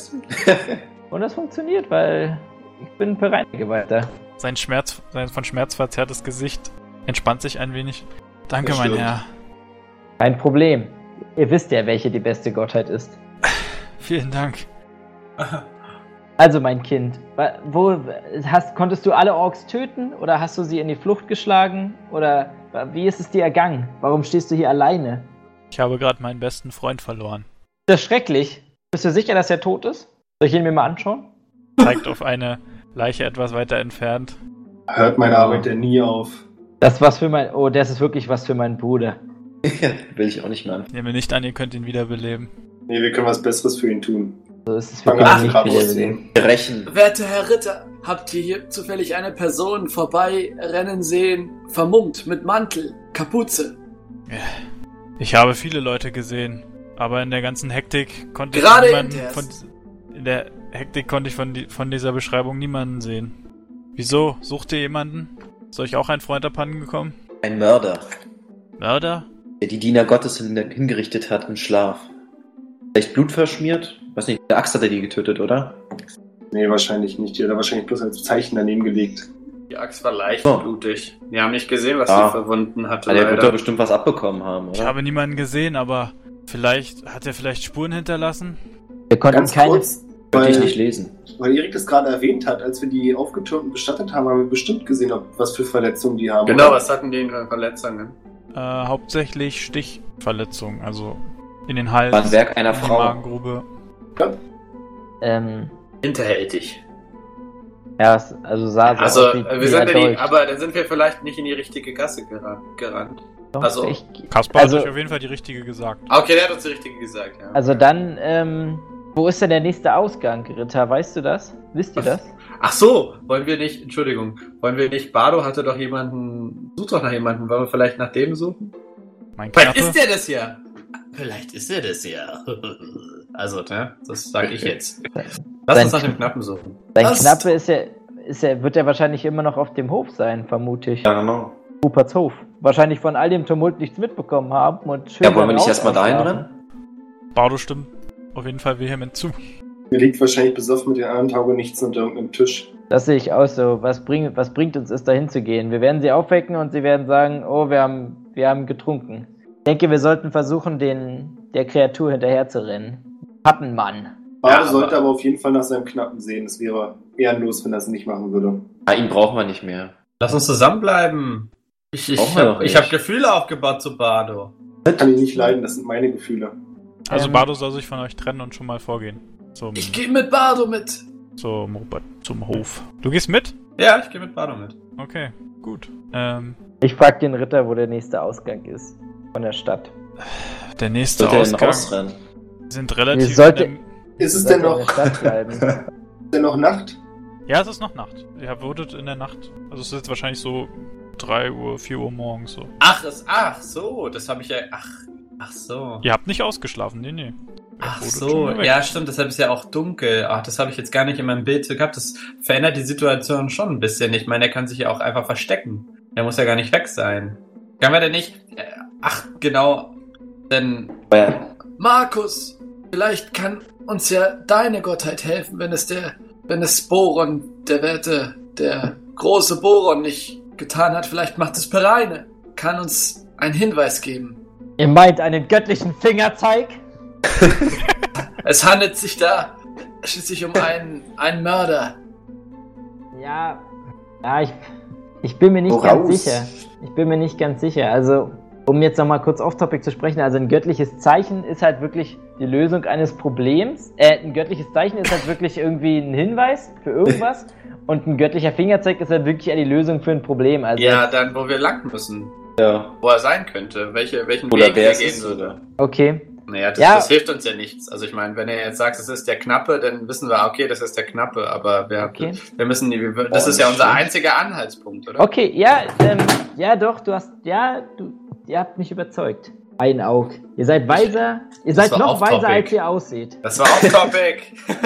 Und es funktioniert, weil ich bin ein Pereine-Geweihter. Sein Schmerz, sein von Schmerz verzerrtes Gesicht entspannt sich ein wenig. Danke, Das mein stimmt. Herr. Kein Problem. Ihr wisst ja, welche die beste Gottheit ist. Vielen Dank. Also, mein Kind, wa- wo hast, konntest du alle Orks töten oder hast du sie in die Flucht geschlagen? Oder wa- wie ist es dir ergangen? Warum stehst du hier alleine? Ich habe gerade meinen besten Freund verloren. Das ist schrecklich. Bist du sicher, dass er tot ist? Soll ich ihn mir mal anschauen? Zeigt auf eine Leiche etwas weiter entfernt. Hört meine Arbeit denn nie auf. Das ist was für mein. Oh, das ist wirklich was für meinen Bruder. Will ich auch nicht mehr an. Nehme nicht an, ihr könnt ihn wiederbeleben. Nee, wir können was Besseres für ihn tun. So ist es Fangen wirklich an, nicht Grab wiederbeleben. aussehen. Rächen. Werte Herr Ritter, habt ihr hier zufällig eine Person vorbeirennen sehen, vermummt, mit Mantel, Kapuze? Ich habe viele Leute gesehen, aber in der ganzen Hektik konnte Gerade ich niemanden eben von, erst. in der Hektik konnte ich von, die, von dieser Beschreibung niemanden sehen. Wieso? Sucht ihr jemanden? Ist euch auch ein Freund abhanden gekommen? Ein Mörder, Mörder? der die Diener Gottes hin- hingerichtet hat im Schlaf. Vielleicht Blut verschmiert? Weiß nicht, der Axt hat er die getötet, oder? Nee, wahrscheinlich nicht. Die hat er wahrscheinlich bloß als Zeichen daneben gelegt. Die Axt war leicht Oh. blutig. Wir haben nicht gesehen, was Ah. sie verwunden hatte. Aber der wird leider. doch bestimmt was abbekommen haben, Ich oder? habe niemanden gesehen, aber vielleicht hat er vielleicht Spuren hinterlassen? Wir konnten Ganz keine. kurz, Könnte ich weil, nicht lesen. weil Erik das gerade erwähnt hat, als wir die aufgetürmten bestattet haben, haben wir bestimmt gesehen, ob, was für Verletzungen die haben. Genau, oder? was hatten die für Verletzungen? Äh, hauptsächlich Stichverletzungen, also in den Hals, War ein Werk einer in die Frau. Magengrube. Ähm, Hinterhältig. Ja, es- also sah so Also, aus wie, äh, wie wir sind er ja die, dolcht. aber dann sind wir vielleicht nicht in die richtige Gasse gerannt. gerannt. Doch, also- ich, Kaspar also, hat euch auf jeden Fall die richtige gesagt. Ah, okay, der hat uns die richtige gesagt, ja. also dann, ähm, wo ist denn der nächste Ausgang, Ritter? Weißt du das? Wisst ihr Was? das? Ach so, wollen wir nicht, Entschuldigung, wollen wir nicht, Bardo hatte doch jemanden, sucht doch nach jemanden, wollen wir vielleicht nach dem suchen? Mein Vielleicht Knappe. ist der das ja. Vielleicht ist er das ja. Also, ne, das sage ich jetzt. Lass Sein uns nach dem Kn- Knappen suchen. Sein Was? Knappe ist ja, ist ja, wird er wahrscheinlich immer noch auf dem Hof sein, vermute ich. Ja, genau. Ruperts Hof. Wahrscheinlich von all dem Tumult nichts mitbekommen haben und schön. Ja, wollen wir beim nicht erstmal dahin Ausschlafen. rennen? Bardo stimmt auf jeden Fall vehement zu. Mir liegt wahrscheinlich besoffen mit den anderen Taugenichts unter irgendeinem Tisch. Das sehe ich auch so. Was, bring, was bringt uns es, dahin zu gehen? Wir werden sie aufwecken und sie werden sagen, oh, wir haben, wir haben getrunken. Ich denke, wir sollten versuchen, den, der Kreatur hinterher zu rennen. Pappenmann. Bardo aber- sollte aber auf jeden Fall nach seinem Knappen sehen. Es wäre ehrenlos, wenn er es nicht machen würde. Ah, ihn brauchen wir nicht mehr. Lass uns zusammenbleiben. Ich, ich Brauchen wir habe doch ich hab nicht. Gefühle aufgebaut zu Bardo. Ich kann ihn nicht leiden, das sind meine Gefühle. Also Ähm. Bardo soll sich von euch trennen und schon mal vorgehen. Zum, Ich gehe mit Bardo mit. zum, Robert, zum Hof. Du gehst mit? Ja, ich gehe mit Bardo mit. Okay, gut. Ähm, Ich frage den Ritter, wo der nächste Ausgang ist. Von der Stadt. der nächste Sollte er denn Ausgang rausrennen? sind relativ... Wir sollte- in dem- Ist es Sollte denn in der noch, Stadt bleiben. ist denn noch Nacht? Ja, es ist noch Nacht. Ihr wurdet in der Nacht. Also es ist jetzt wahrscheinlich so drei Uhr, vier Uhr morgens so. Ach, es, ach so, das habe ich ja. Ach, ach so. Ihr habt nicht ausgeschlafen, nee, nee. Ihr Ach wurdet so, schon weg. ja stimmt, deshalb ist ja auch dunkel. Ach, das habe ich jetzt gar nicht in meinem Bild so gehabt. Das verändert die Situation schon ein bisschen. Ich meine, er kann sich ja auch einfach verstecken. Er muss ja gar nicht weg sein. Kann man denn nicht... äh, Ach, genau, denn... Aber ja, Markus, vielleicht kann uns ja deine Gottheit helfen, wenn es der... Wenn es Boron, der Werte, der große Boron nicht getan hat. Vielleicht macht es Pereine. Kann uns einen Hinweis geben. Ihr meint einen göttlichen Fingerzeig? Es handelt sich da schließlich um einen, einen Mörder. Ja, ja, ich, ich bin mir nicht Woraus? ganz sicher. Ich bin mir nicht ganz sicher. Also, um jetzt nochmal kurz off-topic zu sprechen, also ein göttliches Zeichen ist halt wirklich die Lösung eines Problems. Äh, ein göttliches Zeichen ist halt wirklich irgendwie ein Hinweis für irgendwas. Und ein göttlicher Fingerzeig ist halt wirklich die Lösung für ein Problem. Also, Ja, dann, wo wir lang müssen. ja. Wo er sein könnte. Welche, welchen Oder Weg wer er es gehen ist, würde. oder? okay. Naja, das, Ja. das hilft uns ja nichts. Also ich meine, wenn er jetzt sagt, es ist der Knappe, dann wissen wir, okay, das ist der Knappe. Aber wir, Okay. wir müssen, wir, das Oh, ist ja das unser stimmt. einziger Anhaltspunkt, oder? Okay, ja, ähm, ja doch, du hast, ja, du, ihr habt mich überzeugt. Ein Aug. Ihr seid weiser, ihr Das seid war noch off-topic. weiser, als ihr aussieht. Das war off-topic.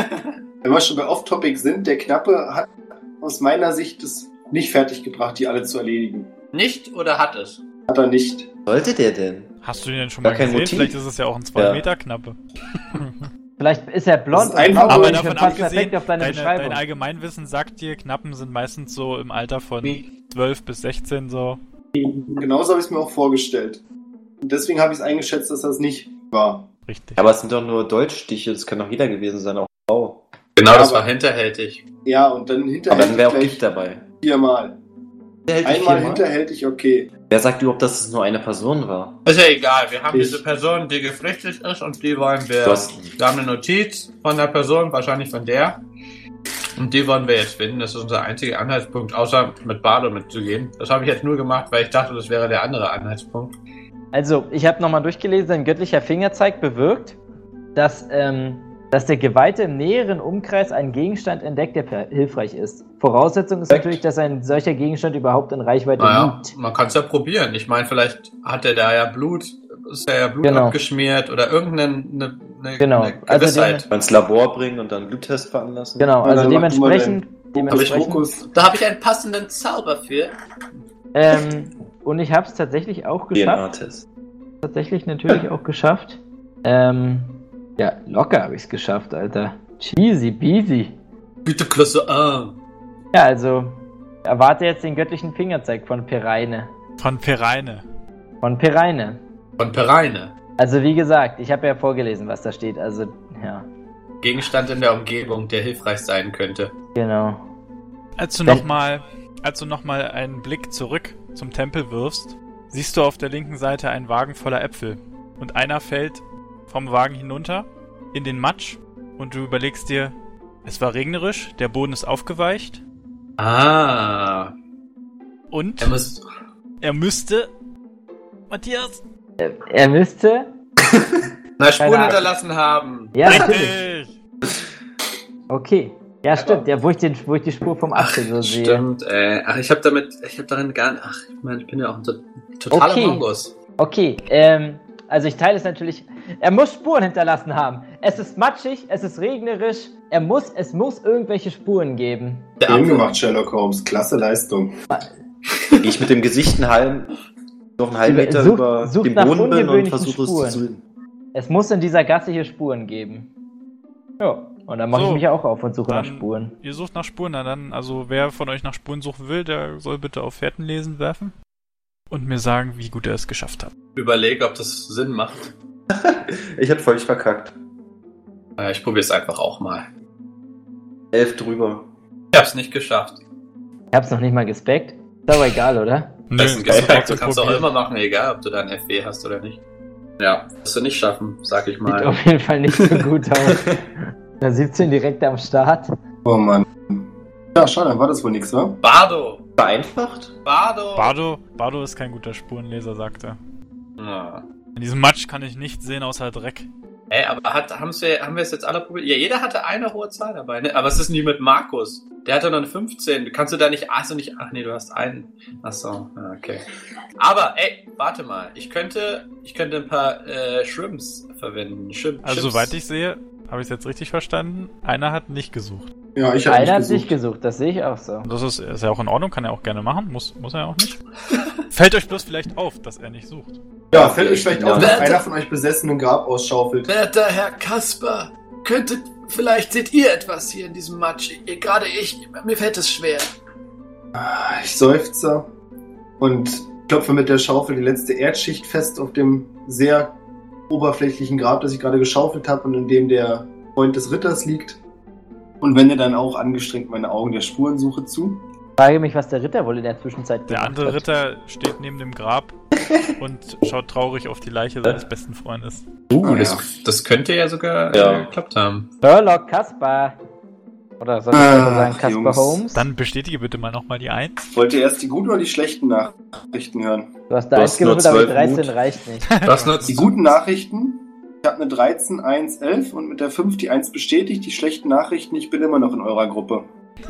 Wenn wir schon bei Off-Topic sind, der Knappe hat aus meiner Sicht es nicht fertiggebracht, die alle zu erledigen. Nicht oder hat es? Hat er nicht. Sollte der denn? Hast du ihn denn schon Gar mal kein gesehen? Motiv. Vielleicht ist es ja auch ein zwei Ja. Meter Knappe. Vielleicht ist er blond Das ist einfach und nur- Aber und davon passt abgesehen, perfekt auf deine deine, Beschreibung. dein Allgemeinwissen sagt dir, Knappen sind meistens so im Alter von zwölf bis sechzehn so. Genauso habe ich es mir auch vorgestellt. Und deswegen habe ich es eingeschätzt, dass das nicht war. Richtig. Aber es sind doch nur Dolchstiche, das kann doch jeder gewesen sein, auch Frau. Genau, das Aber- war hinterhältig. Ja, und dann Aber hinterhältig dann wäre auch gleich Gift dabei. viermal. Hält dich Einmal viermal? hinterhältig, okay. Wer sagt überhaupt, dass es nur eine Person war? Ist ja egal, wir haben Ich- diese Person, die geflüchtet ist und die wollen wir... Du hast- Wir haben eine Notiz von der Person, wahrscheinlich von der. Und die wollen wir jetzt finden. Das ist unser einziger Anhaltspunkt, außer mit Bardo mitzugehen. Das habe ich jetzt nur gemacht, weil ich dachte, das wäre der andere Anhaltspunkt. Also, ich habe nochmal durchgelesen, ein göttlicher Fingerzeig bewirkt, dass, ähm, dass der Geweihte im näheren Umkreis einen Gegenstand entdeckt, der per- hilfreich ist. Voraussetzung ist Perfekt. natürlich, dass ein solcher Gegenstand überhaupt in Reichweite Naja, liegt. man kann es ja probieren. Ich meine, vielleicht hat er da ja Blut, ist er ja Blut Genau. abgeschmiert oder irgendeine eine, eine, Genau. eine Also Gewissheit. den- Ins Labor bringen und dann einen Bluttest veranlassen? Genau, Ja, also dann mach du mal dementsprechend, Hab ich dementsprechend Fokus. Da habe ich einen passenden Zauber für. ähm, und ich habe es tatsächlich auch D N geschafft. A-Test. Tatsächlich natürlich auch geschafft. Ähm, ja, locker habe ich es geschafft, Alter. Cheesy peasy. Bitte Klasse A. Ja, also erwarte jetzt den göttlichen Fingerzeig von Pereine. Von Pereine. Von Pereine. Von Pereine. Also wie gesagt, ich habe ja vorgelesen, was da steht. Also, ja, Gegenstand in der Umgebung, der hilfreich sein könnte. genau. Als du Wenn- nochmal, als du noch mal einen Blick zurück zum Tempel wirfst, siehst du auf der linken Seite einen Wagen voller Äpfel. Und einer fällt vom Wagen hinunter in den Matsch und du überlegst dir, es war regnerisch, der Boden ist aufgeweicht, Ah. Und Er muss... er müsste... Matthias? Er müsste... Na, Spuren Keine hinterlassen haben. Ja, natürlich. Richtig! Okay. Ja, stimmt. Ja, wo ich, den, wo ich die Spur vom Apfel so sehe. Stimmt, ey. Ach, ich hab damit... Ich hab darin gar nicht... Ach, ich meine, ich bin ja auch ein to- totaler Okay. Mongus. Okay, ähm... Also ich teile es natürlich... Er muss Spuren hinterlassen haben. Es ist matschig, es ist regnerisch. Er muss... Es muss irgendwelche Spuren geben. Der Schön Apfel. gemacht, Sherlock Holmes. Klasse Leistung. Gehe ich mit dem Gesicht einen halben, noch einen halben Meter Sucht- über sucht dem nach Boden bin und ungewöhnlichen versuche es Spuren. zu suchen. Es muss in dieser Gasse hier Spuren geben. Ja. Und dann mache So, ich mich auch auf und suche nach dann- Spuren. Ihr sucht nach Spuren, na dann, also wer von euch nach Spuren suchen will, der soll bitte auf Fährtenlesen werfen und mir sagen, wie gut er es geschafft hat. Überlege, ob das Sinn macht. Ich hab völlig verkackt. Naja, ich probiere es einfach auch mal. Elf drüber. Ich hab's nicht geschafft. Ich hab's noch nicht mal gespeckt. Ist aber egal, oder? Das ist ein kannst du Gepäck, trotzdem du kannst du auch probieren. immer machen, egal ob du da ein F W hast oder nicht. Ja, wirst du nicht schaffen, sag ich Sieht mal. auf jeden Fall nicht so gut aus. Da siebzehn direkt am Start. Oh Mann. Ja, schade, dann war das wohl nichts, wa? Bardo! Vereinfacht? Bardo! Bardo, Bardo ist kein guter Spurenleser, sagt er. Ja. In diesem Matsch kann ich nichts sehen außer Dreck. Ey, aber hat, haben's wir, haben wir es jetzt alle probiert? Ja, jeder hatte eine hohe Zahl dabei, ne? Aber was ist denn die mit Markus? Der hatte noch eine fünfzehn. Kannst du da nicht, hast du nicht, ach nee, du hast einen. Ach so, ja, okay. Aber, ey, warte mal. Ich könnte, ich könnte ein paar, äh, Shrimps verwenden. Shrimp, Also Chips. soweit ich sehe, habe ich es jetzt richtig verstanden, einer hat nicht gesucht. Ja, ich habe Einer hat nicht nicht gesucht. gesucht, das sehe ich auch so. Und das ist, ist ja auch in Ordnung, kann er auch gerne machen, muss, muss er ja auch nicht. Fällt euch bloß vielleicht auf, dass er nicht sucht. Ja, fällt euch vielleicht Ja. auf, dass einer von euch besessenen Grab ausschaufelt. Werter Herr Kasper, könntet, vielleicht seht ihr etwas hier in diesem Matsch. Gerade ich, mir fällt es schwer. Ah, Ich seufze und klopfe mit der Schaufel die letzte Erdschicht fest auf dem sehr oberflächlichen Grab, das ich gerade geschaufelt habe und in dem der Freund des Ritters liegt. Und wende dann auch angestrengt meine Augen der Spurensuche zu. Ich frage mich, was der Ritter wohl in der Zwischenzeit Der gemacht andere hat. Ritter steht neben dem Grab und schaut traurig auf die Leiche seines besten Freundes. Uh, Ah, das, ja. das könnte ja sogar Ja. äh, geklappt haben. Sherlock Kaspar. Oder soll ich Ach, einfach sagen Kaspar Jungs. Holmes? Dann bestätige bitte mal nochmal die eins. Wollt ihr erst die guten oder die schlechten Nachrichten hören? Du hast da Du eins hast nur gewürfelt, aber die zwölf dreizehn Mut. reicht nicht. Was nur Die guten Nachrichten, ich habe eine dreizehn, eins, elf und mit der fünf die eins bestätigt. Die schlechten Nachrichten, ich bin immer noch in eurer Gruppe.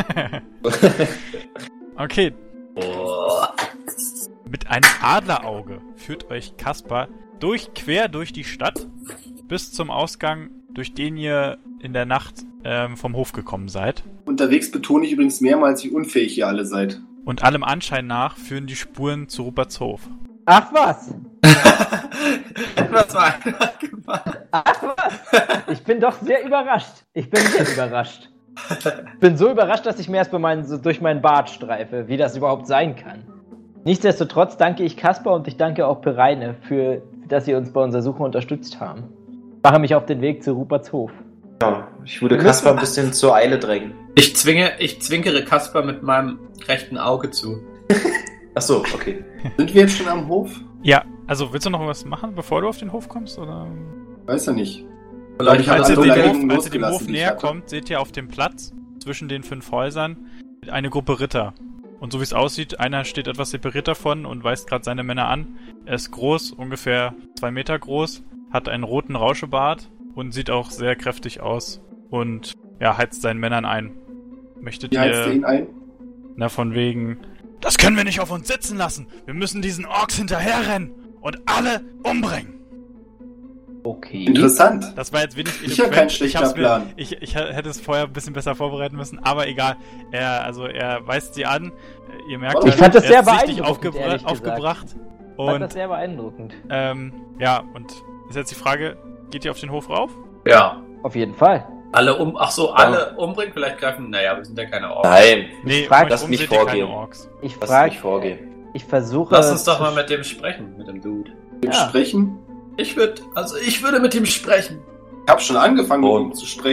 Okay, Oh. mit einem Adlerauge führt euch Kaspar durch, quer durch die Stadt bis zum Ausgang, durch den ihr in der Nacht ähm, vom Hof gekommen seid. Unterwegs betone ich übrigens mehrmals, wie unfähig ihr alle seid. Und allem Anschein nach führen die Spuren zu Ruperts Hof. Ach was! Was war einmal gemacht? Ach was! Ich bin doch sehr überrascht. Ich bin sehr überrascht. Ich bin so überrascht, dass ich mir erst bei meinen, so durch meinen Bart streife, wie das überhaupt sein kann. Nichtsdestotrotz danke ich Kaspar und ich danke auch Pereine, für, dass sie uns bei unserer Suche unterstützt haben. Ich mache mich auf den Weg zu Ruperts Hof. Ja, ich würde Wir Kaspar ein müssen- bisschen zur Eile drängen. Ich zwinge, ich zwinkere Kasper mit meinem rechten Auge zu. Achso, okay. Sind wir jetzt schon am Hof? Ja, also willst du noch was machen, bevor du auf den Hof kommst? Oder? Weiß ja nicht. Vielleicht Ich hat hab Als er ihr, so dem lange Hof, Beleidigungen als ihr dem Hof losgelassen, die ich näher hatte. kommt, seht ihr auf dem Platz zwischen den fünf Häusern eine Gruppe Ritter. Und so wie es aussieht, einer steht etwas separiert davon und weist gerade seine Männer an. Er ist groß, ungefähr zwei Meter groß, hat einen roten Rauschebart und sieht auch sehr kräftig aus. Und ja, heizt seinen Männern ein. Möchtet Wie heizt ihr ihr, ihn ein? na von wegen, das können wir nicht auf uns sitzen lassen. Wir müssen diesen Orks hinterherrennen und alle umbringen. Okay. Interessant. Das war jetzt wenig Sicher kein eloquent. schlechter hab's mir- Plan. Ich, ich hätte es vorher ein bisschen besser vorbereiten müssen, aber egal. Er, also er weist sie an. Ihr merkt, Ich halt, fand das er sehr ist sichtlich beeindruckend, aufgebra- ehrlich gesagt. aufgebracht. Ich fand Und das sehr beeindruckend. ähm, ja, und ist jetzt die Frage, geht ihr auf den Hof rauf? Ja. Auf jeden Fall. Alle um, ach so, alle umbringen, vielleicht greifen, naja, wir sind ja keine Orks. Nein, Nee, frag- um euch lass rum mich seht ihr keine vorgehen. Orks. Ich lass frage, mich vorgehen. ich versuche... Lass uns doch zu- mal mit dem sprechen, mit dem Dude. Mit dem Ja. Sprechen? Ich würde, also ich würde mit ihm sprechen. Ich habe schon angefangen, mit Und? ihm zu sprechen.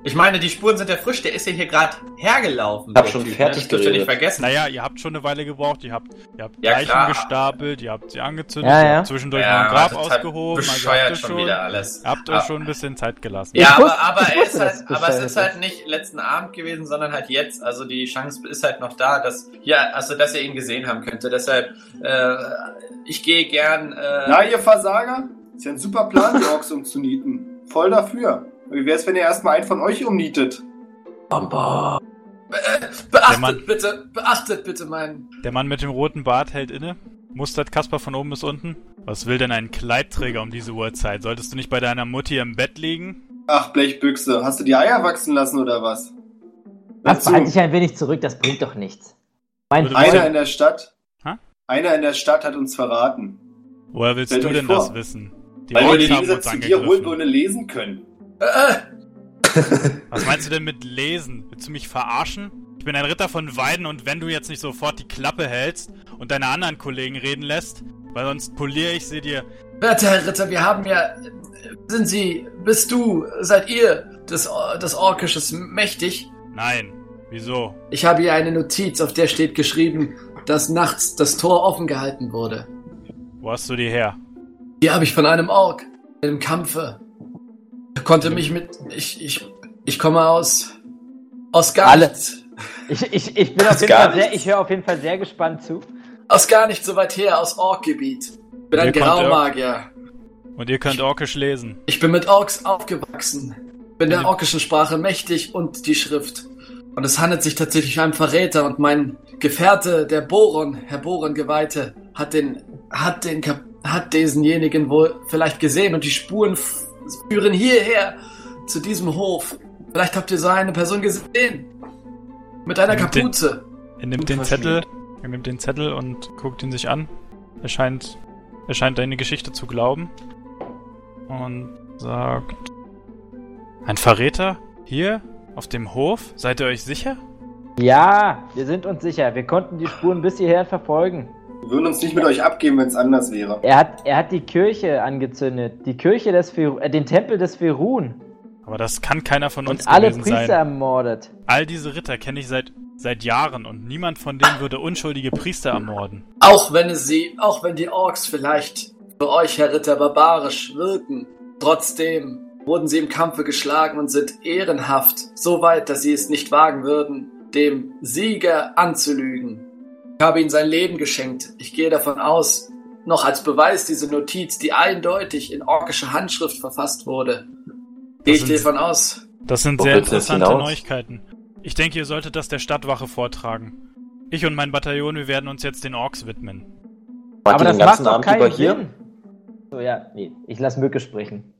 Ich meine, die Spuren sind ja frisch, der ist ja hier gerade hergelaufen. Hab der schon Typ, fertig ne? Das dürft ihr nicht geredet. vergessen. Naja, ihr habt schon eine Weile gebraucht, ihr habt, ihr habt Ja, Leichen klar. gestapelt, ihr habt sie angezündet, Ja, ihr ja. habt zwischendurch Ja, mal ein Grab total ausgehoben, also bescheuert habt ihr schon schon, wieder alles. habt euch Ah. schon ein bisschen Zeit gelassen. Ja, Ich aber, wusste- aber, ich er wusste, ist dass halt, es aber es bescheuert ist halt nicht letzten Abend gewesen, sondern halt jetzt. Also die Chance ist halt noch da, dass, ja, also dass ihr ihn gesehen haben könnte. Deshalb, äh, ich gehe gern, äh, Na, ihr Versager? Ist ja ein super Plan, die Orks umzunieten. Voll dafür. Wie wär's, wenn ihr erstmal einen von euch umnietet? Bamba. Äh, Der beachtet Mann- bitte, beachtet bitte meinen. Der Mann mit dem roten Bart hält inne, mustert Kaspar von oben bis unten. Was will denn ein Kleidträger um diese Uhrzeit? Solltest du nicht bei deiner Mutti im Bett liegen? Ach, Blechbüchse, hast du die Eier wachsen lassen oder was? Was, Dazu, halt dich ein wenig zurück, das bringt doch nichts. Mein Würde- einer in der Stadt, Hä? einer in der Stadt hat uns verraten. Woher willst Stellt du euch denn vor. das wissen? Die Weil wir Orks im haben Gegensatz uns zu dir angegriffen. Hohlbirne lesen können. Äh, Was meinst du denn mit lesen? Willst du mich verarschen? Ich bin ein Ritter von Weiden und wenn du jetzt nicht sofort die Klappe hältst und deine anderen Kollegen reden lässt, weil sonst poliere ich sie dir. Werter Herr Ritter, wir haben ja, sind Sie, bist du, seid ihr des, des Orkisches mächtig? Nein. Wieso? Ich habe hier eine Notiz, auf der steht geschrieben, dass nachts das Tor offen gehalten wurde. Wo hast du die her? Die habe ich von einem Ork im Kampfe. Er konnte mich mit, ich, ich, ich komme aus, aus gar Alle. nichts, Ich, ich, ich bin auf jeden gar Fall sehr, nichts. ich höre auf jeden Fall sehr gespannt zu. aus gar nicht so weit her, aus Orkgebiet. Ich bin ein Ihr kommt Graumagier. Und ihr könnt Orkisch lesen. Ich bin mit Orks aufgewachsen. Bin der Ja. orkischen Sprache mächtig und die Schrift. Und es handelt sich tatsächlich um einen Verräter und mein Gefährte, der Boron, Herr Boron-Geweihte, hat den, hat den, Kap- hat diesenjenigen wohl vielleicht gesehen und die Spuren f- führen hierher, zu diesem Hof. Vielleicht habt ihr so eine Person gesehen. Mit einer Nimmt den- Kapuze. Er nimmt den Zettel, er nimmt den Zettel und guckt ihn sich an. Er scheint, er scheint deine Geschichte zu glauben. Und sagt... Ein Verräter? Hier? Auf dem Hof? Seid ihr euch sicher? Ja, wir sind uns sicher. Wir konnten die Spuren bis hierher verfolgen. Wir würden uns nicht mit euch abgeben, wenn es anders wäre. Er hat, er hat die Kirche angezündet. Die Kirche des Fer äh, den Tempel des Ferun. Aber das kann keiner von uns Und alle gewesen Priester sein. ermordet. All diese Ritter kenne ich seit, seit Jahren und niemand von denen würde unschuldige Priester ermorden. Auch wenn es sie, auch wenn die Orks vielleicht für euch, Herr Ritter, barbarisch wirken, trotzdem wurden sie im Kampfe geschlagen und sind ehrenhaft, so weit, dass sie es nicht wagen würden, dem Sieger anzulügen. Ich habe ihnen sein Leben geschenkt. Ich gehe davon aus, noch als Beweis diese Notiz, die eindeutig in orkischer Handschrift verfasst wurde. Gehe ich sind- davon aus. Das sind Wo sehr willst du jetzt interessante hinaus? Neuigkeiten. Ich denke, ihr solltet das der Stadtwache vortragen. Ich und mein Bataillon, wir werden uns jetzt den Orks widmen. Wart Aber ihr das den macht ganzen doch Abend keinen über hier? Sinn. So, ja, nee, ich lass Mücke sprechen.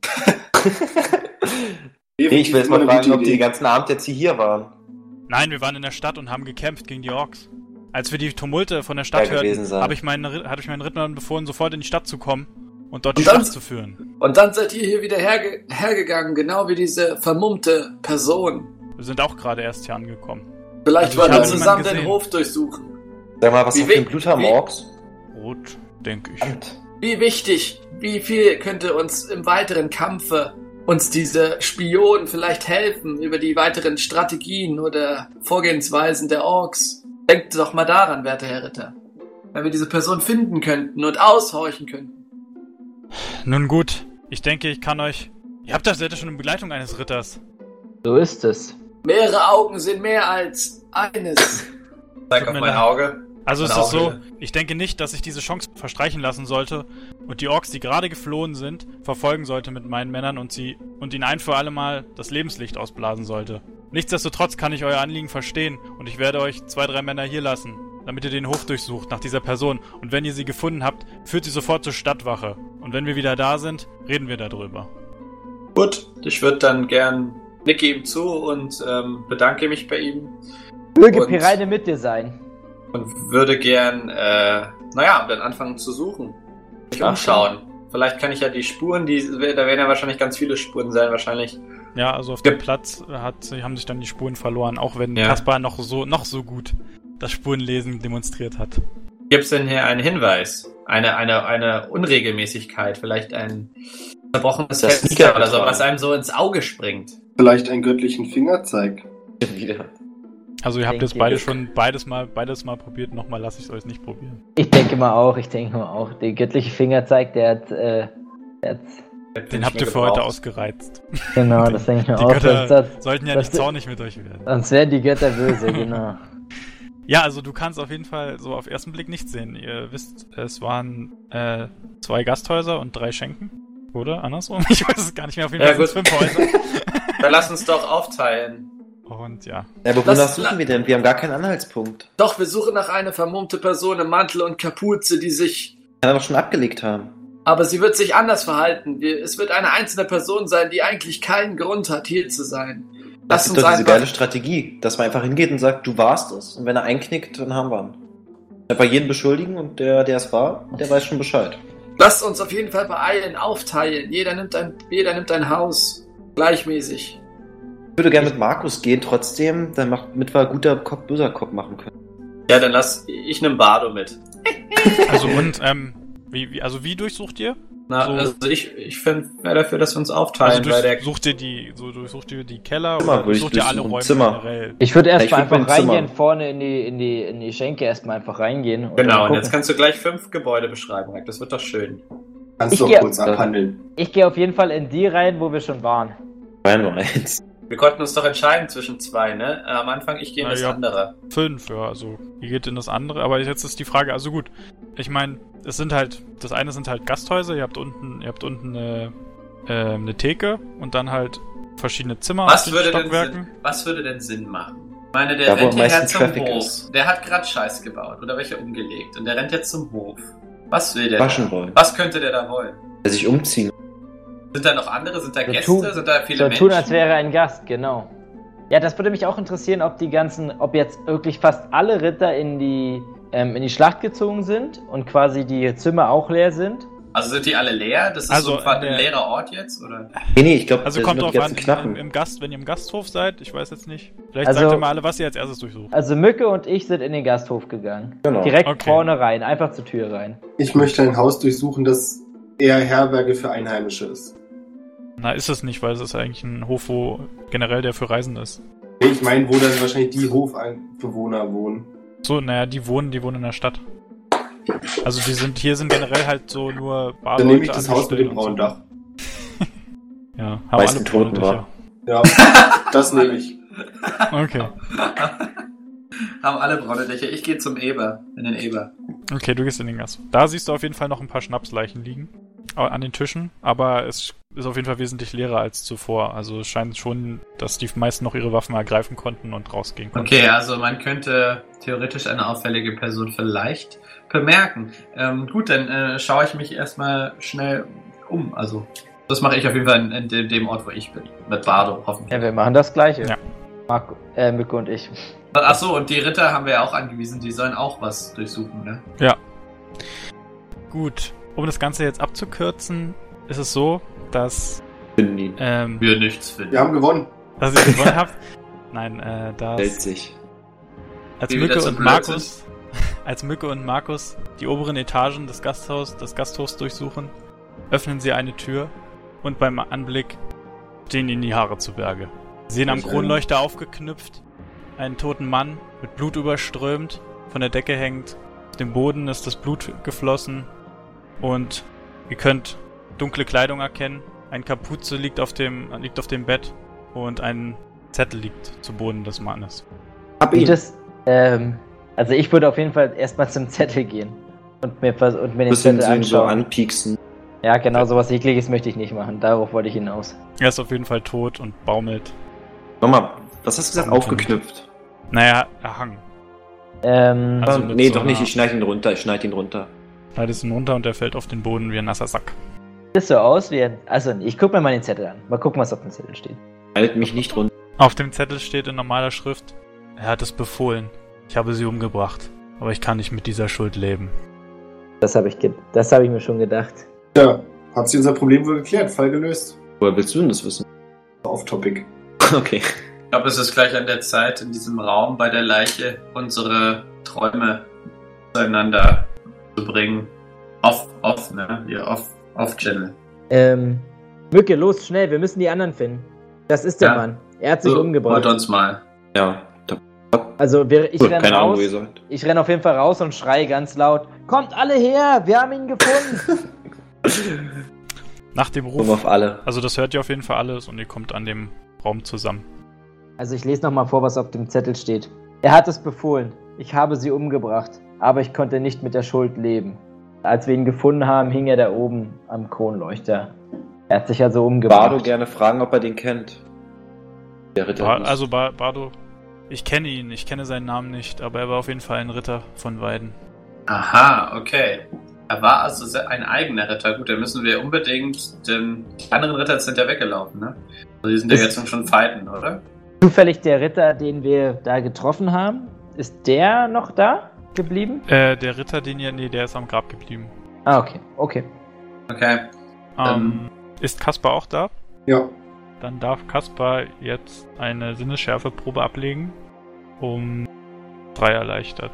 Nee, ich will jetzt mal Eine fragen, gute ob die Idee. den ganzen Abend jetzt hier waren. Nein, wir waren in der Stadt und haben gekämpft gegen die Orks. Als wir die Tumulte von der Stadt Ja, gewesen hörten, sein. habe ich meinen, Ri- hatte ich meinen Rittern befohlen, sofort in die Stadt zu kommen und dort Und die dann- Schlacht zu führen. Und dann seid ihr hier wieder herge hergegangen, genau wie diese vermummte Person. Wir sind auch gerade erst hier angekommen. Vielleicht Also ich wollen wir habe zusammen niemanden den gesehen. Hof durchsuchen. Sag mal, was Wie auf we- dem Blut haben wie- Orks? Rot, denke ich. Verdammt. Wie wichtig, wie viel könnte uns im weiteren Kampfe uns diese Spionen vielleicht helfen über die weiteren Strategien oder Vorgehensweisen der Orks? Denkt doch mal daran, werter Herr Ritter. Wenn wir diese Person finden könnten und aushorchen könnten. Nun gut, ich denke, ich kann euch... Ihr habt das seid ihr schon in Begleitung eines Ritters. So ist es. Mehrere Augen sind mehr als eines. Zeig auf mein Auge. Also Meine ist es so, Augen. ich denke nicht, dass ich diese Chance verstreichen lassen sollte und die Orks, die gerade geflohen sind, verfolgen sollte mit meinen Männern und sie und ihnen ein für alle Mal das Lebenslicht ausblasen sollte. Nichtsdestotrotz kann ich euer Anliegen verstehen und ich werde euch zwei, drei Männer hier lassen, damit ihr den Hof durchsucht nach dieser Person. Und wenn ihr sie gefunden habt, führt sie sofort zur Stadtwache. Und wenn wir wieder da sind, reden wir darüber. Gut, ich würde dann gern nicke ihm zu und ähm, bedanke mich bei ihm. Möge Und- Pireine mit dir sein. Und würde gern, äh, naja, dann anfangen zu suchen. Mich Ach, umschauen. Vielleicht kann ich ja die Spuren, die, da werden ja wahrscheinlich ganz viele Spuren sein, wahrscheinlich. Ja, also auf Ja. dem Platz hat, haben sich dann die Spuren verloren, auch wenn Ja. Kaspar noch so, noch so gut das Spurenlesen demonstriert hat. Gibt es denn hier einen Hinweis? Eine, eine, eine Unregelmäßigkeit, vielleicht ein zerbrochenes Das Fenster Sneaker oder so, getragen. was einem so ins Auge springt? Vielleicht einen göttlichen Fingerzeig. Wieder. Also ihr habt Denke jetzt beide ich. schon beides mal, beides mal probiert, nochmal lasse ich es euch nicht probieren. Ich denke mal auch, ich denke mal auch. Der göttliche Fingerzeig, der hat, äh, der hat Den habt ihr für heute ausgereizt. genau, das denke ich mir Die auch. Götter Das, das, sollten ja das- nicht zornig mit euch werden. sonst wären die Götter böse, genau. Ja, also du kannst auf jeden Fall so auf ersten Blick nichts sehen. Ihr wisst, es waren äh, zwei Gasthäuser und drei Schenken. Oder? Andersrum? Ich weiß es gar nicht mehr. Auf jeden Ja, Fall sind es fünf Häuser. Dann lass uns doch aufteilen. Und ja. Ja, aber Das- wonach suchen wir denn? Wir haben gar keinen Anhaltspunkt. Doch, wir suchen nach einer vermummte Person im Mantel und Kapuze, die sich... Kann er doch schon abgelegt haben. Aber sie wird sich anders verhalten. Wir, es wird eine einzelne Person sein, die eigentlich keinen Grund hat, hier zu sein. Das Lass ist uns doch diese einfach... geile Strategie, dass man einfach hingeht und sagt, du warst es. Und wenn er einknickt, dann haben wir ihn. Einfach jeden beschuldigen und der, der es war, der weiß schon Bescheid. Lasst uns auf jeden Fall beeilen, aufteilen. Jeder nimmt ein, jeder nimmt ein Haus. Gleichmäßig. Ich würde gerne mit Markus gehen, trotzdem, damit wir guter Kopf, böser Kopf machen können. Ja, dann lass... Ich nehm Bardo mit. Also und, ähm, wie, wie, also wie durchsucht ihr? Na, So. also ich, ich wäre dafür, dass wir uns Also aufteilen, weil der... durchsucht ihr die, so durchsucht ihr die Keller Zimmer oder würde ich durchsucht ihr alle durchsuchen. Räume Zimmer. generell? Ich würde Ja, ich erstmal würd einfach mein Zimmer. reingehen, vorne in die, in die, in die Schenke erstmal einfach reingehen. Und Genau, dann und gucken. jetzt kannst du gleich fünf Gebäude beschreiben, Rick. Das wird doch schön. Kannst Ich du auch geh- kurz abhandeln. Ich gehe auf jeden Fall in die rein, wo wir schon waren. Rein nur eins. Wir konnten uns doch entscheiden zwischen zwei, ne? Am Anfang ich gehe in Na das ja. andere. Fünf, ja, also ihr geht in das andere, aber jetzt ist die Frage, also gut, ich meine, es sind halt, das eine sind halt Gasthäuser, ihr habt unten, ihr habt unten eine, äh, eine Theke und dann halt verschiedene Zimmer Was den würde, denn Stockwerken. Sinn, was würde denn Sinn machen? Ich meine, der Da, wo rennt am hierher meisten zum Traffic Hof. ist. Der hat gerade Scheiß gebaut oder welche umgelegt und der rennt jetzt zum Hof. Was will der Waschen da? wollen. Was könnte der da wollen? Der sich umziehen. Sind da noch andere? Sind da So Gäste? tun- Sind da viele So Menschen? tun, als wäre er ein Gast, genau. Ja, das würde mich auch interessieren, ob die ganzen, ob jetzt wirklich fast alle Ritter in die, ähm, in die Schlacht gezogen sind und quasi die Zimmer auch leer sind. Also sind die alle leer? Das ist Also, so ein, der- ein leerer Ort jetzt? Oder? Nee, nee, ich glaube, Also das kommt sind drauf die an, ganzen im, Knappen. im Gast, wenn ihr im Gasthof seid, ich weiß jetzt nicht. Vielleicht Also- sagt ihr mal alle, was ihr als erstes durchsucht. Also Mücke und ich sind in den Gasthof gegangen. Genau. Direkt Okay. vorne rein, einfach zur Tür rein. Ich möchte ein Haus durchsuchen, das eher Herberge für Einheimische ist. Na, ist es nicht, weil es ist eigentlich ein Hof, wo generell der für Reisende ist. Ich meine, wo dann wahrscheinlich die Hofbewohner wohnen. So, naja, die wohnen, die wohnen in der Stadt. Also die sind, hier sind generell halt so nur Barleute. Dann nehme ich das Haus mit dem angestellt braunen und Dach. so. Ja, haben Weißen alle braune Toten, Dächer. Ja, das nehme ich. Okay. Haben alle braune Dächer. Ich gehe zum Eber. In den Eber. Okay, du gehst in den Gasthof. Da siehst du auf jeden Fall noch ein paar Schnapsleichen liegen. au- An den Tischen. Aber es ist auf jeden Fall wesentlich leerer als zuvor. Also es scheint schon, dass die meisten noch ihre Waffen ergreifen konnten und rausgehen konnten. Okay, also man könnte theoretisch eine auffällige Person vielleicht bemerken. Ähm, gut, dann äh, schaue ich mich erstmal schnell um. Also das mache ich auf jeden Fall in, in dem, dem Ort, wo ich bin. Mit Bardo, hoffentlich. Ja, wir machen das Gleiche. Ja. Marco, äh, Mücke und ich. Ach so, und die Ritter haben wir ja auch angewiesen, die sollen auch was durchsuchen, ne? Ja. Gut. Um das Ganze jetzt abzukürzen, ist es so, dass, Finden ihn. ähm, Wir nichts finden. Wir haben gewonnen. dass ihr gewonnen habt. Nein, äh, Hält dass sich. als Wie wir Mücke dazu und blöd Markus, als Mücke und Markus die oberen Etagen des Gasthaus, des Gasthofs durchsuchen, öffnen sie eine Tür und beim Anblick stehen ihnen die Haare zu Berge. Sie sehen am Ich, ähm, Kronleuchter aufgeknüpft einen toten Mann mit Blut überströmt, von der Decke hängt, auf dem Boden ist das Blut geflossen und ihr könnt dunkle Kleidung erkennen, eine Kapuze liegt auf dem, liegt auf dem Bett und ein Zettel liegt zu Boden des Mannes. Hab Wie ihn. das, ähm, also ich würde auf jeden Fall erstmal zum Zettel gehen und mir, vers- und mir den Bisschen Zettel ihn so anschauen. anpieksen. Ja, genau, sowas Ekliges möchte ich nicht machen. Darauf wollte ich hinaus. Er ist auf jeden Fall tot und baumelt. Nochmal, was hast du gesagt? Aufgeknüpft. Naja, erhangen. Ähm, Also Ah, mit nee, so doch nicht. einer- Ich schneide ihn runter. Ich schneide ihn runter. Schneidet ihn runter und er fällt auf den Boden wie ein nasser Sack. sieht das so aus wie ein, also ich guck mir mal den Zettel an. Mal gucken, was auf dem Zettel steht. Schneidet mich nicht runter. Auf dem Zettel steht in normaler Schrift: Er hat es befohlen. Ich habe sie umgebracht. Aber ich kann nicht mit dieser Schuld leben. Das habe ich, ge- das habe ich mir schon gedacht. Ja, hat sie unser Problem wohl geklärt, Fall gelöst. Woher willst du denn das wissen? Off-Topic. Okay. Ich glaube, es ist gleich an der Zeit, in diesem Raum bei der Leiche unsere Träume zueinander zu bringen. Off, off, ne? Hier, off, off Channel. Ähm, Mücke, los, schnell, wir müssen die anderen finden. Das ist der Ja. Mann. Er hat sich So, umgebracht. holt uns mal. Ja. Also wir, ich Gut, renne keine Ahnung, raus. wo ihr seid. Ich renne auf jeden Fall raus und schreie ganz laut: Kommt alle her, wir haben ihn gefunden. Nach dem Guck Ruf. auf alle. Also das hört ihr auf jeden Fall alles und ihr kommt an dem Raum zusammen. Also ich lese nochmal vor, was auf dem Zettel steht. Er hat es befohlen. Ich habe sie umgebracht, aber ich konnte nicht mit der Schuld leben. Als wir ihn gefunden haben, hing er da oben am Kronleuchter. Er hat sich also umgebracht. Bardo gerne fragen, ob er den kennt. Der Ritter. Ba hieß. also ba Bardo, ich kenne ihn, ich kenne seinen Namen nicht, aber er war auf jeden Fall ein Ritter von Weiden. Aha, okay. Er war also se- ein eigener Ritter. Gut, dann müssen wir unbedingt, denn die anderen Ritter sind ja weggelaufen, ne? Also die sind ja Ist- jetzt schon fighten, oder? Zufällig der Ritter, den wir da getroffen haben, ist der noch da geblieben? Äh, der Ritter, den ihr, nee, der ist am Grab geblieben. Ah, okay, okay. Okay. Ähm, ist Kaspar auch da? Ja. Dann darf Kaspar jetzt eine Sinnesschärfeprobe ablegen, um drei erleichtert.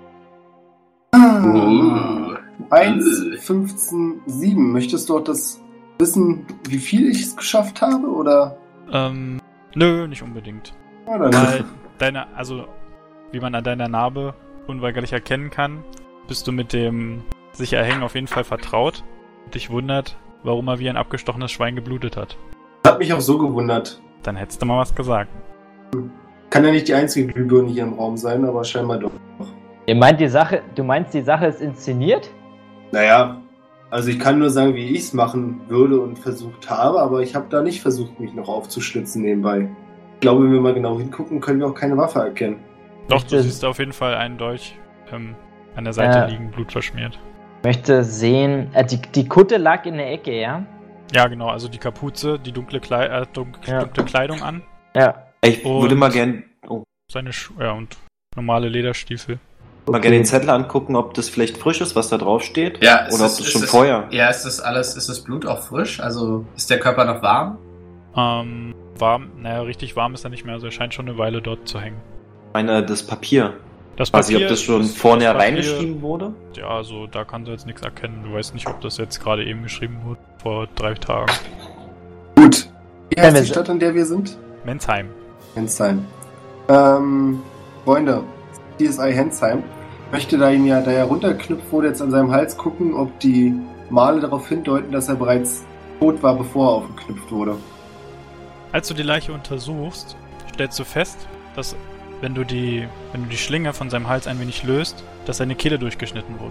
Uh. eins, fünfzehn, sieben. Möchtest du auch das wissen, wie viel ich es geschafft habe? Oder? Ähm, nö, nicht unbedingt. Ja, dann Weil deine, also, wie man an deiner Narbe unweigerlich erkennen kann, bist du mit dem sich erhängen auf jeden Fall vertraut und dich wundert, warum er wie ein abgestochenes Schwein geblutet hat. hat mich auch so gewundert. Dann hättest du mal was gesagt. Kann ja nicht die einzige Glühbirne hier im Raum sein, aber scheinbar doch. Ihr meint die Sache, du meinst, die Sache ist inszeniert? Naja, also ich kann nur sagen, wie ich es machen würde und versucht habe, aber ich habe da nicht versucht, mich noch aufzuschlitzen nebenbei. Ich glaube, wenn wir mal genau hingucken, können wir auch keine Waffe erkennen. Doch, du Möchte- siehst auf jeden Fall einen Dolch ähm, an der Seite Ja. liegen, blutverschmiert. Ich möchte sehen, äh, die, die Kutte lag in der Ecke, ja? Ja, genau, also die Kapuze, die dunkle, Klei äh, dunkle, Ja. dunkle Kleidung an, Ja. Ich Und- würde mal gern, oh, seine Schuhe, ja, und normale Lederstiefel. mal gern den Zettel angucken, ob das vielleicht frisch ist, was da drauf steht. Ja, ist Oder ob es- das ist schon es- vorher. Ja, ist das alles, ist das Blut auch frisch? Also ist der Körper noch warm? Ähm, warm, naja, richtig warm ist er nicht mehr, also er scheint schon eine Weile dort zu hängen. Ich meine, das Papier. Das Weiß ich, ob das schon das- vorne das Papier- reingeschrieben wurde? Ja, also da kannst du jetzt nichts erkennen. Du weißt nicht, ob das jetzt gerade eben geschrieben wurde, vor drei Tagen. Gut. Wie Ja, heißt wir die sind- Stadt, in der wir sind? Mensheim. Hensheim. Ähm, Freunde, C S I Hensheim möchte da ihm ja, da er runterknüpft wurde, jetzt an seinem Hals gucken, ob die Male darauf hindeuten, dass er bereits tot war, bevor er aufgeknüpft wurde. Als du die Leiche untersuchst, stellst du fest, dass wenn du die, wenn du die Schlinge von seinem Hals ein wenig löst, dass seine Kehle durchgeschnitten wurde.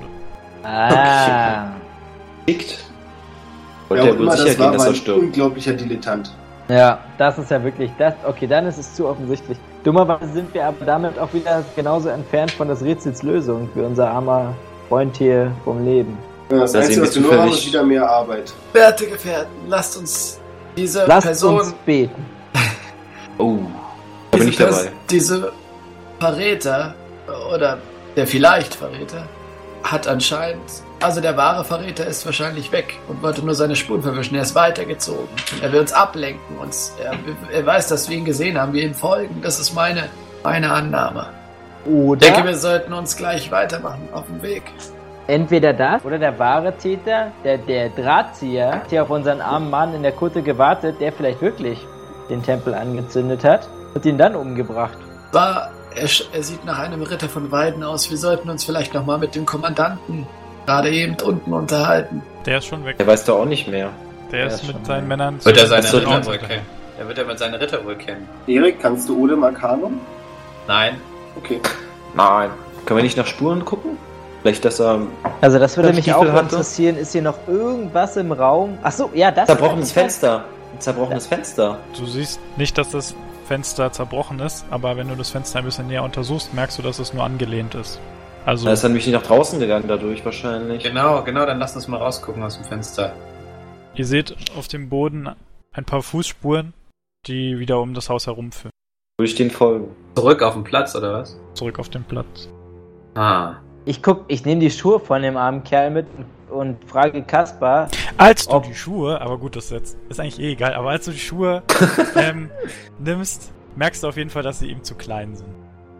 Ah. Tickt. Wer Wollte auch er wohl immer sicher das gehen, war, dass war er ein stirbt. unglaublicher Dilettant. Ja, das ist ja wirklich das. Okay, dann ist es zu offensichtlich. Dummerweise sind wir aber damit auch wieder genauso entfernt von des Rätsels Lösung wie unser armer Freund hier vom Leben. Ja, das Da Einzige, sehen wir was wir nur haben, zufällig- ist wieder mehr Arbeit. Werte Gefährten, lasst uns diese Lasst Person, uns beten. Oh, da bin ich diese, Pers- dabei. diese Verräter oder der vielleicht Verräter hat anscheinend, also der wahre Verräter ist wahrscheinlich weg und wollte nur seine Spuren verwischen. Er ist weitergezogen. Er will uns ablenken. Uns, er, er weiß, dass wir ihn gesehen haben, wir ihm folgen. Das ist meine, meine Annahme. Ich Oder denke, wir sollten uns gleich weitermachen auf dem Weg. entweder das oder der wahre Täter, der, der Drahtzieher, hat hier auf unseren armen Mann in der Kutte gewartet, der vielleicht wirklich den Tempel angezündet hat und ihn dann umgebracht. War, er, sch- er sieht nach einem Ritter von Weiden aus. Wir sollten uns vielleicht nochmal mit dem Kommandanten gerade eben unten unterhalten. Der ist schon weg. Der weiß da auch nicht mehr. Der Der ist ist mit schon seinen weg. Männern Wird er seine Achso, Ritter die- wohl kennen? Er wird ja mit seinen Ritter wohl kennen. Erik, kannst du Odem Arcanum? Nein. Okay. Nein. Können wir nicht nach Spuren gucken? Vielleicht, dass er Also das würde Der mich auch Stiefel hatte? interessieren. Ist hier noch irgendwas im Raum? Ach so, ja, das zerbrochenes ist Fenster. Ein zerbrochenes Fenster. Du siehst nicht, dass das Fenster zerbrochen ist, aber wenn du das Fenster ein bisschen näher untersuchst, merkst du, dass es nur angelehnt ist. Also, Da ist er nämlich nicht nach draußen gegangen dadurch wahrscheinlich. Genau, genau, dann lass uns mal rausgucken aus dem Fenster. ihr seht auf dem Boden ein paar Fußspuren, die wieder um das Haus herumführen. Würde ich den folgen. Zurück auf den Platz, oder was? Zurück auf den Platz. Ah. Ich guck, ich nehme die Schuhe von dem armen Kerl mit und frage Kaspar. Als du Ob- die Schuhe, aber gut, das ist jetzt ist eigentlich eh egal, aber als du die Schuhe ähm, nimmst, merkst du auf jeden Fall, dass sie ihm zu klein sind.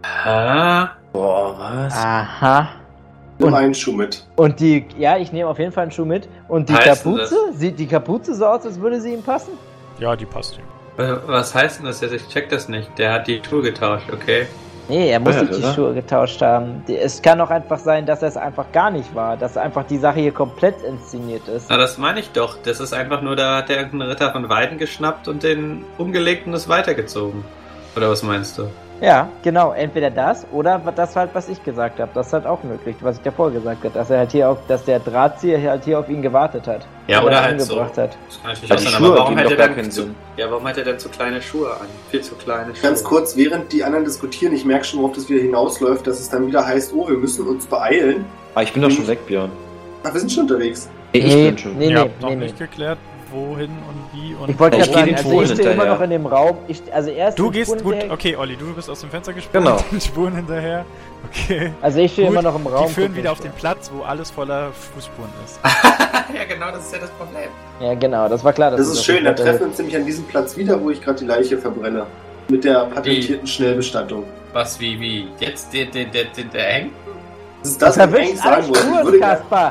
Ah. Boah, was? Aha. Nimm Und- einen Schuh mit. Und die, ja, ich nehme auf jeden Fall einen Schuh mit. Und die Heißt Kapuze? Sieht die Kapuze so aus, als würde sie ihm passen? Ja, die passt ihm. Was heißt denn das jetzt? Ich check das nicht. Der hat die Tour getauscht, okay? Nee, er muss Ja, nicht die oder? Schuhe getauscht haben. Die- Es kann auch einfach sein, dass er es einfach gar nicht war. Dass einfach die Sache hier komplett inszeniert ist. Na, das meine ich doch. Das ist einfach nur, da hat der irgendeinen Ritter von Weiden geschnappt und den umgelegt und es weitergezogen. Oder was meinst du? Ja, genau. Entweder das oder das halt, was ich gesagt habe. Das ist halt auch möglich, was ich davor gesagt habe. Dass er halt hier auf, dass der Drahtzieher halt hier auf ihn gewartet hat. Ja, oder ihn halt so. umgebracht hat. Das kann natürlich Aber auch die sein, Schuhe aber warum geben hat doch er gar dann keinen zu, Sinn. ja, warum hat er denn zu kleine Schuhe an? Viel zu kleine Schuhe. Ganz kurz, während die anderen diskutieren, ich merke schon, worauf das wieder hinausläuft, dass es dann wieder heißt, oh, wir müssen uns beeilen. Ah, ich bin doch schon weg, Björn. Ach, wir sind schon unterwegs. Nee, ich bin schon. nee, Ihr nee, habt noch nee, nicht nee. geklärt, wohin und wie und Ich wollte Ich gerade geh sagen, den also Spuren ich stehe immer hinterher. noch in dem Raum. Ich, also erst Du den gehst Spuren gut, hinterher- okay, Olli, du bist aus dem Fenster gesprungen, Genau. den Spuren hinterher. Okay. Also ich stehe Gut, immer noch im Raum. Die führen guck wieder nicht. auf den Platz, wo alles voller Fußspuren ist. ja, genau, das ist ja das Problem. Ja, genau, das war klar. dass Das du ist schön, dann nicht treffen wir uns nämlich an diesem Platz wieder, wo ich gerade die Leiche verbrenne. Mit der patentierten Schnellbestattung. Was, wie, wie? Jetzt der, der, der, der, der hängt? Das ist Das das, was ich erwischt eigentlich alle sagen wollte. Ich Spuren, würde, gerne- Kaspar.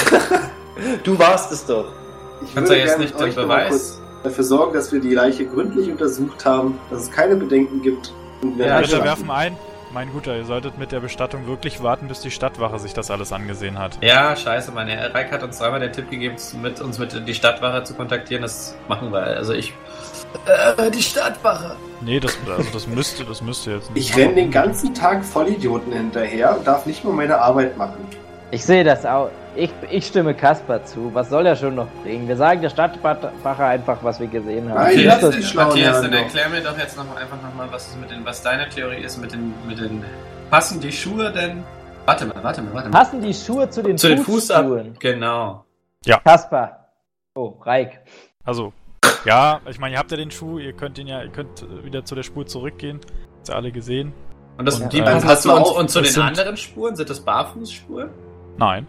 Du warst es doch. ich Kannst würde du jetzt gerne nicht mit euch den noch mal Beweis? kurz dafür sorgen, dass wir die Leiche gründlich untersucht haben, dass es keine Bedenken gibt. Und wir Ja, einschlafen. Ritter werfen ein. Mein Guter, ihr solltet mit der Bestattung wirklich warten, bis die Stadtwache sich das alles angesehen hat. Ja, scheiße, meine Reik hat uns dreimal den Tipp gegeben, mit uns mit die Stadtwache zu kontaktieren. Das machen wir. Also ich. Äh, die Stadtwache. Nee, das, also das müsste, das müsste jetzt nicht. Ich renne den ganzen Tag Vollidioten hinterher und darf nicht mal meine Arbeit machen. Ich sehe das auch. Ich, ich stimme Kaspar zu. Was soll er schon noch bringen? Wir sagen der Stadtwache einfach, was wir gesehen haben. Nein, Okay, lass jetzt, die schlauen Matthias, Herren dann doch. erklär mir doch jetzt noch mal einfach nochmal, was es mit den, was deine Theorie ist mit den, mit den. Passen die Schuhe denn? Warte mal, warte mal, warte mal. Passen die Schuhe zu den Zu den Fußspuren? Fußab. Genau. Kaspar. Oh, Reik. Also, ja, ich meine, ihr habt ja den Schuh, ihr könnt ihn ja, ihr könnt wieder zu der Spur zurückgehen. Habt ihr alle gesehen? Und das, Und, die äh, beiden hast du pass mal und, auf, und zu das den sind- anderen Spuren sind das Barfußspuren? Nein.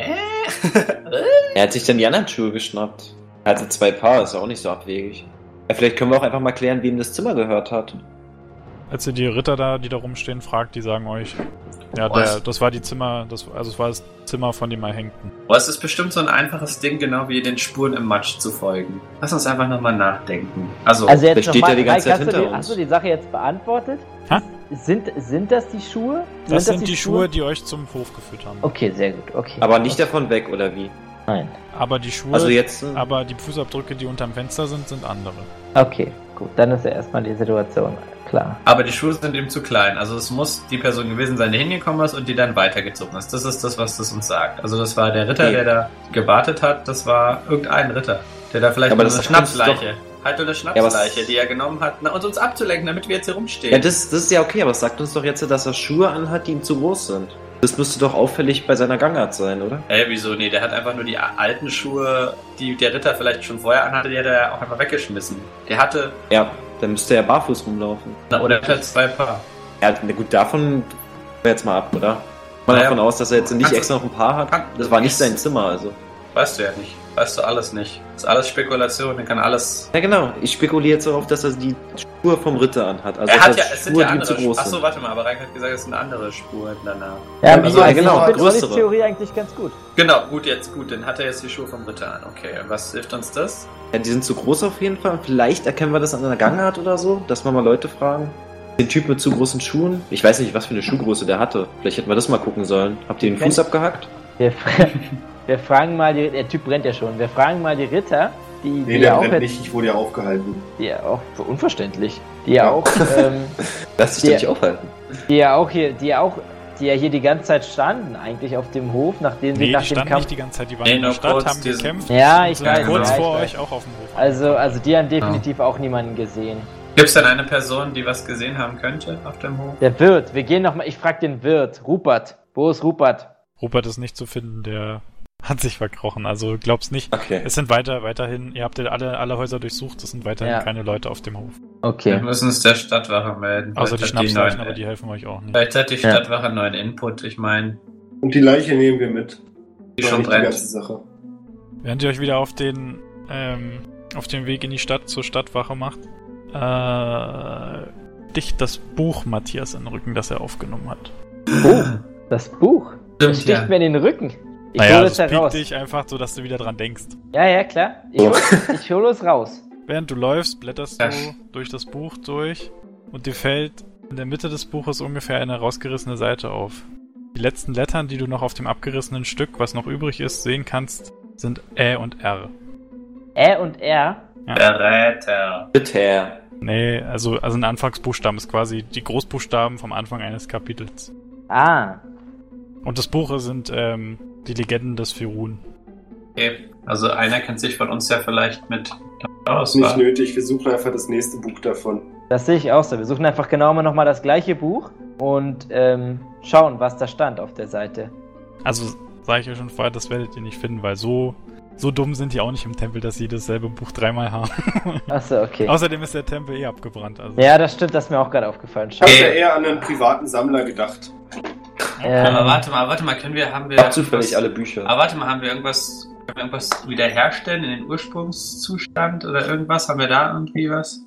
Er hat sich dann die anderen Schuhe geschnappt. Er hatte zwei Paar, ist ja auch nicht so abwegig. Ja, vielleicht können wir auch einfach mal klären, wem das Zimmer gehört hat. Als ihr die Ritter da, die da rumstehen, fragt, die sagen euch, ja, Was? der, das war die Zimmer, das, also es war das Zimmer von dem Erhängten. Boah, es ist bestimmt so ein einfaches Ding, genau wie den Spuren im Matsch zu folgen. Lass uns einfach nochmal nachdenken. Also, Also jetzt der steht nochmal, ja die ganze Reik, Zeit hast, du hinter die, uns. hast du die Sache jetzt beantwortet? Hä? Sind, sind das die Schuhe? Das sind die Schuhe, die euch zum Hof geführt haben. Okay, sehr gut, okay. Aber nicht davon weg, oder wie? Nein. Aber die Schuhe, Also jetzt. aber die Fußabdrücke, die unterm Fenster sind, sind andere. Okay, gut, dann ist ja erstmal die Situation klar. aber die Schuhe sind ihm zu klein. Also es muss die Person gewesen sein, die hingekommen ist und die dann weitergezogen ist. Das ist das, was das uns sagt. Also das war der Ritter, Okay. der da gewartet hat. Das war irgendein Ritter, der da vielleicht Aber nur das eine kannst du Schnapsleiche, halt nur eine Schnapsleiche, was- die er genommen hat, na, und uns abzulenken, damit wir jetzt hier rumstehen. Ja, das, das ist ja okay, aber es sagt uns doch jetzt, dass er Schuhe anhat, die ihm zu groß sind. Das müsste doch auffällig bei seiner Gangart sein, oder? Ey, wieso? Nee, der hat einfach nur die alten Schuhe, die der Ritter vielleicht schon vorher anhatte, die hat er auch einfach weggeschmissen. Der hatte, Ja, dann müsste er barfuß rumlaufen. na, oder er hat zwei Paar. Ja, na gut, davon jetzt mal ab, oder? Mal Naja, davon aus, dass er jetzt nicht kannst du- extra noch ein Paar hat. kann- Das war nicht sein Zimmer, also. Weißt du ja nicht. Weißt du alles nicht. Das ist alles Spekulation, der kann alles. Ja, genau. Ich spekuliere jetzt darauf, dass er die Schuhe vom Ritter anhat. Also, Er dass hat ja, er es sind Schuhe, ja die ihm zu andere. groß Achso, sind. warte mal, aber Reik hat gesagt, es sind andere Spuren danach. Ja, Also, also, ja, genau, ich finde Ollis größere. Theorie eigentlich ganz gut. Genau, gut, jetzt gut, dann hat er jetzt die Schuhe vom Ritter an. Okay, und was hilft uns das? Ja, die sind zu groß auf jeden Fall. Vielleicht erkennen wir das an einer Gangart oder so, dass wir mal Leute fragen. Den Typ mit zu großen Schuhen. Ich weiß nicht, was für eine Schuhgröße der hatte. Vielleicht hätten wir das mal gucken sollen. Habt ihr den Fuß abgehackt? Wir, fra wir fragen mal, die, der Typ brennt ja schon, wir fragen mal die Ritter, die, Nee, die der ja auch, brennt jetzt- nicht, ich wurde ja aufgehalten. die ja auch, unverständlich, die ja, Ja. auch, ähm, Lass dich Der- doch nicht aufhalten. die ja auch hier, die ja auch, die ja hier die ganze Zeit standen, eigentlich auf dem Hof, nachdem sie Nee, nach die dem standen Kampf. nicht die ganze Zeit, die waren Nee, in der nur Stadt, kurz haben diesen- gekämpft Ja, und ich sind weiß, kurz ja, vor ich euch auch auf dem Hof. Also, also die haben definitiv auch niemanden gesehen. Gibt es denn eine Person, die was gesehen haben könnte auf dem Hof? Der Wirt, wir gehen nochmal, ich frag den Wirt, Rupert. Wo ist Rupert? Rupert ist nicht zu finden, der hat sich verkrochen. Also glaub's nicht. Okay. Es sind weiter, weiterhin, ihr habt ja alle, alle Häuser durchsucht, es sind weiterhin Ja. keine Leute auf dem Hof. Wir Okay. müssen es der Stadtwache melden. Außer die Vielleicht hat Schnapsleichen, neuen- aber die helfen euch auch nicht. Vielleicht hat die Ja. Stadtwache einen neuen Input. Ich meine, Und die Leiche nehmen wir mit. die Das war schon nicht die brennt. ganze Sache. Während ihr euch wieder auf den, ähm, auf den Weg in die Stadt zur Stadtwache macht, äh, dicht das Buch Matthias in den Rücken, das er aufgenommen hat. Oh, das Buch. Das Stimmt, sticht ja. mir in den Rücken. Ich naja, hole das es heraus. piekt dich einfach, so, dass du wieder dran denkst. Ja, ja, klar. Ich hole ich hol es raus. während du läufst, blätterst Ja. du durch das Buch durch und dir fällt in der Mitte des Buches ungefähr eine rausgerissene Seite auf. Die letzten Lettern, die du noch auf dem abgerissenen Stück, was noch übrig ist, sehen kannst, sind Ä und R. Ä und R. Verräter. Bitte. Nee, also, also ein Anfangsbuchstaben ist quasi die Großbuchstaben vom Anfang eines Kapitels. Ah. Und das Buch sind ähm, die Legenden des Firun. Okay. Also einer kennt sich von uns ja vielleicht mit aus. Nicht wa? nötig, wir suchen einfach das nächste Buch davon. Das sehe ich auch so. Wir suchen einfach genau immer nochmal das gleiche Buch und ähm, schauen, was da stand auf der Seite. Also sage ich euch schon vorher, das werdet ihr nicht finden, weil so, so dumm sind die auch nicht im Tempel, dass sie dasselbe Buch dreimal haben. Achso, okay. Außerdem ist der Tempel eh abgebrannt. Also. Ja, das stimmt, das ist mir auch gerade aufgefallen. Ich Schau. habe ja eher an einen privaten Sammler gedacht. Ähm, Aber warte mal, warte mal, können wir, haben wir... Ich hab zufällig irgendwas- alle Bücher. Aber warte mal, haben wir irgendwas, können wir irgendwas wiederherstellen in den Ursprungszustand oder irgendwas? Haben wir da irgendwie was?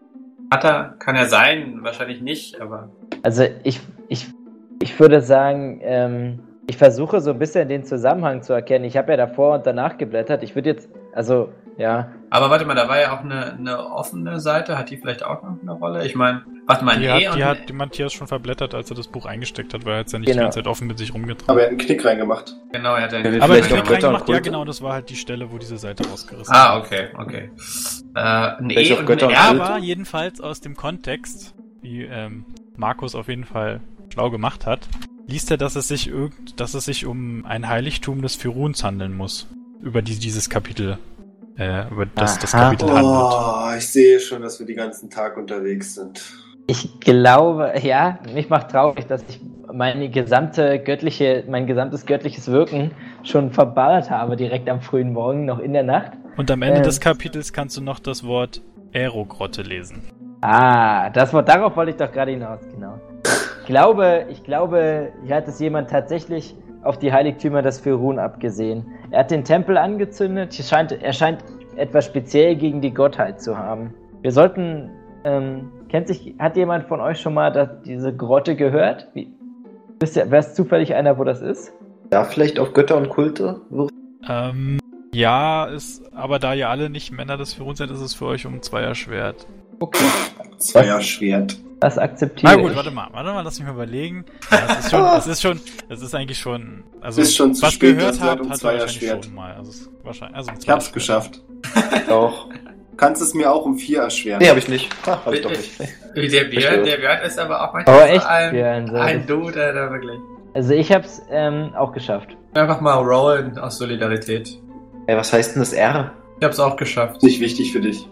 Hat er, kann ja sein, wahrscheinlich nicht, aber... Also ich, ich, ich würde sagen, ähm, ich versuche so ein bisschen den Zusammenhang zu erkennen. Ich habe ja davor und danach geblättert. Ich würde jetzt, also, ja. Aber warte mal, da war ja auch eine, eine offene Seite, hat die vielleicht auch noch eine Rolle? Ich meine, warte mal, ein Die, E hat, und die ein- hat die Matthias schon verblättert, als er das Buch eingesteckt hat, weil er jetzt ja nicht Genau. die ganze Zeit offen mit sich rumgetragen. Aber er hat einen Knick reingemacht. Genau, er hat ja... Ja, wir Aber vielleicht ich auch habe Götter und reingemacht, ja Kulte? genau, das war halt die Stelle, wo diese Seite rausgerissen Ah, okay, okay. Äh, ein Vielleicht E auch und Götter ein und R, Kulte? Aber jedenfalls aus dem Kontext, wie ähm, Markus auf jeden Fall schlau gemacht hat, liest er, dass es sich irgend, dass es sich um ein Heiligtum des Firuns handeln muss, über die dieses Kapitel, äh, über das das Aha. Kapitel handelt. Oh, ich sehe schon, dass wir den ganzen Tag unterwegs sind. Ich glaube, ja, mich macht traurig, dass ich meine gesamte göttliche, mein gesamtes göttliches Wirken schon verballert habe, direkt am frühen Morgen, noch in der Nacht. Und am Ende Ähm. des Kapitels kannst du noch das Wort Aerogrotte lesen. Ah, das war, darauf wollte ich doch gerade hinaus, genau. Ich glaube, ich glaube, hier hat es jemand tatsächlich auf die Heiligtümer des Firun abgesehen. Er hat den Tempel angezündet, hier scheint, er scheint etwas speziell gegen die Gottheit zu haben. Wir sollten, ähm, kennt sich, hat jemand von euch schon mal das, diese Grotte gehört? Wie, wisst ihr, wer ist zufällig einer, wo das ist? Da vielleicht auf Götter und Kulte? Ähm, ja, ist, aber da ihr alle nicht Männer des Firuns seid, ist es für euch um zwei erschwert. Okay, Zweierschwert. das akzeptiere Na gut, ich. warte mal, warte mal, lass mich mal überlegen. Ja, es ist schon, es ist schon, es ist eigentlich schon, also Ist schon zu was spät, gehört das wird habt, um hat zwei ihr wahrscheinlich erschwert. schon mal. Also es ist wahrscheinlich, also um Ich zwei hab's erschwert. geschafft. Doch. Kannst es mir auch um vier erschweren? Nee, hab ich nicht. Ah, hab ich doch nicht. Der Björn, Verstehe. der Björn ist aber auch Aber manchmal echt, so ein, Björn, so ein das- Dude, der wirklich... Also ich hab's ähm, auch geschafft. Einfach mal rollen aus Solidarität. Ey, was heißt denn das R? Ich hab's auch geschafft. Nicht wichtig für dich.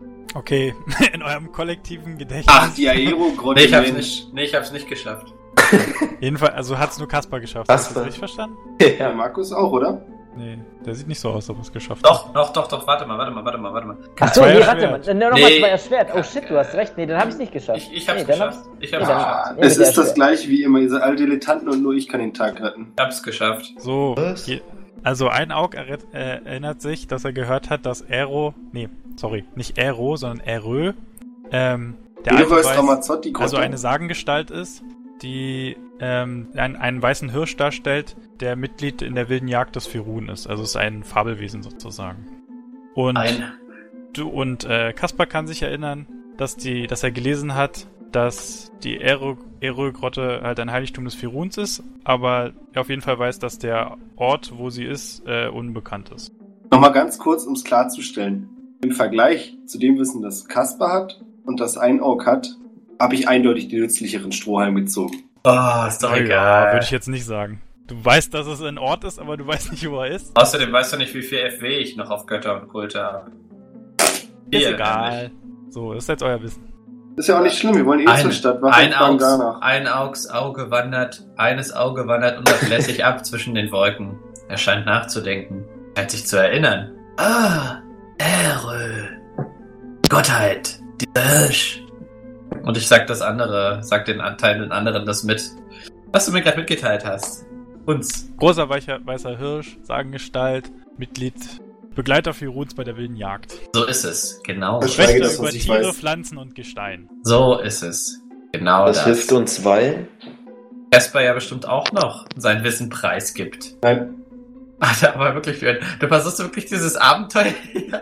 Okay, in eurem kollektiven Gedächtnis. Ach, die Aero-Grotte, Nee, ich hab's Mensch. nicht, nee, ich hab's nicht geschafft. Jedenfalls, also hat's nur Kaspar geschafft. Hast du Kaspar. das richtig verstanden? Ja, Markus auch, oder? Nee, der sieht nicht so aus, als ob er es geschafft hat. Doch, doch, doch, doch, warte mal, warte mal, warte mal, warte mal. Achso, Zwei nee, warte erschwert. mal. Dann nochmal Nee. zwei erschwert. Oh shit, du hast recht. Nee, dann hab ich's nicht geschafft. Ich, ich hab's nee, dann geschafft. hab's- Ich hab's nee, dann- geschafft. nee, Es mit ist der das gleiche wie immer, ihr seid alle Dilettanten und nur ich kann den Tag retten. Ich hab's geschafft. So, Was? je, also ein Aug erret- äh, erinnert sich, dass er gehört hat, dass Aero, nee, sorry, nicht Aero, sondern Aerö, ähm, der alte Aero ist weiß, Ramazzotti-Grotte. also eine Sagengestalt ist, die ähm, einen, einen weißen Hirsch darstellt, der Mitglied in der wilden Jagd des Firun ist. Also es ist ein Fabelwesen sozusagen. Und Ein. du und äh, Kaspar kann sich erinnern, dass die, dass er gelesen hat, dass die Aerö-Grotte halt ein Heiligtum des Firuns ist, aber er auf jeden Fall weiß, dass der Ort, wo sie ist, äh, unbekannt ist. Nochmal ganz kurz, um es klarzustellen. Im Vergleich zu dem Wissen, das Kaspar hat und das Einaug hat, habe ich eindeutig den nützlicheren Strohhalm gezogen. Oh, ist doch Ja, egal. würde ich jetzt nicht sagen. Du weißt, dass es ein Ort ist, aber du weißt nicht, wo er ist. Außerdem weißt du nicht, wie viel F W ich noch auf Götter und Kulte habe. Ist Hier, egal. So, das ist jetzt euer Wissen. Ist ja auch nicht schlimm, wir wollen eh Ein, zur Stadt. ein, Warum Augs, gar nach? ein Augs Auge wandert, eines Auge wandert unablässig ab zwischen den Wolken. Er scheint nachzudenken. Er hat sich zu erinnern. Ah, Erö. Gottheit. Dieser Hirsch. Und ich sag das andere, sag den Anteilen anderen das mit. Was du mir gerade mitgeteilt hast. Uns. Großer weicher, weißer Hirsch, Sagengestalt, Mitglied, Begleiter Firuns bei der wilden Jagd. So ist es. Genau. Das Schweige Sprecher das, was über ich Tiere, weiß. Pflanzen und Gestein. So ist es. Genau Das das. hilft uns, weil. Casper ja bestimmt auch noch sein Wissen preisgibt. Nein, Alter, aber wirklich, du versuchst wirklich dieses Abenteuer.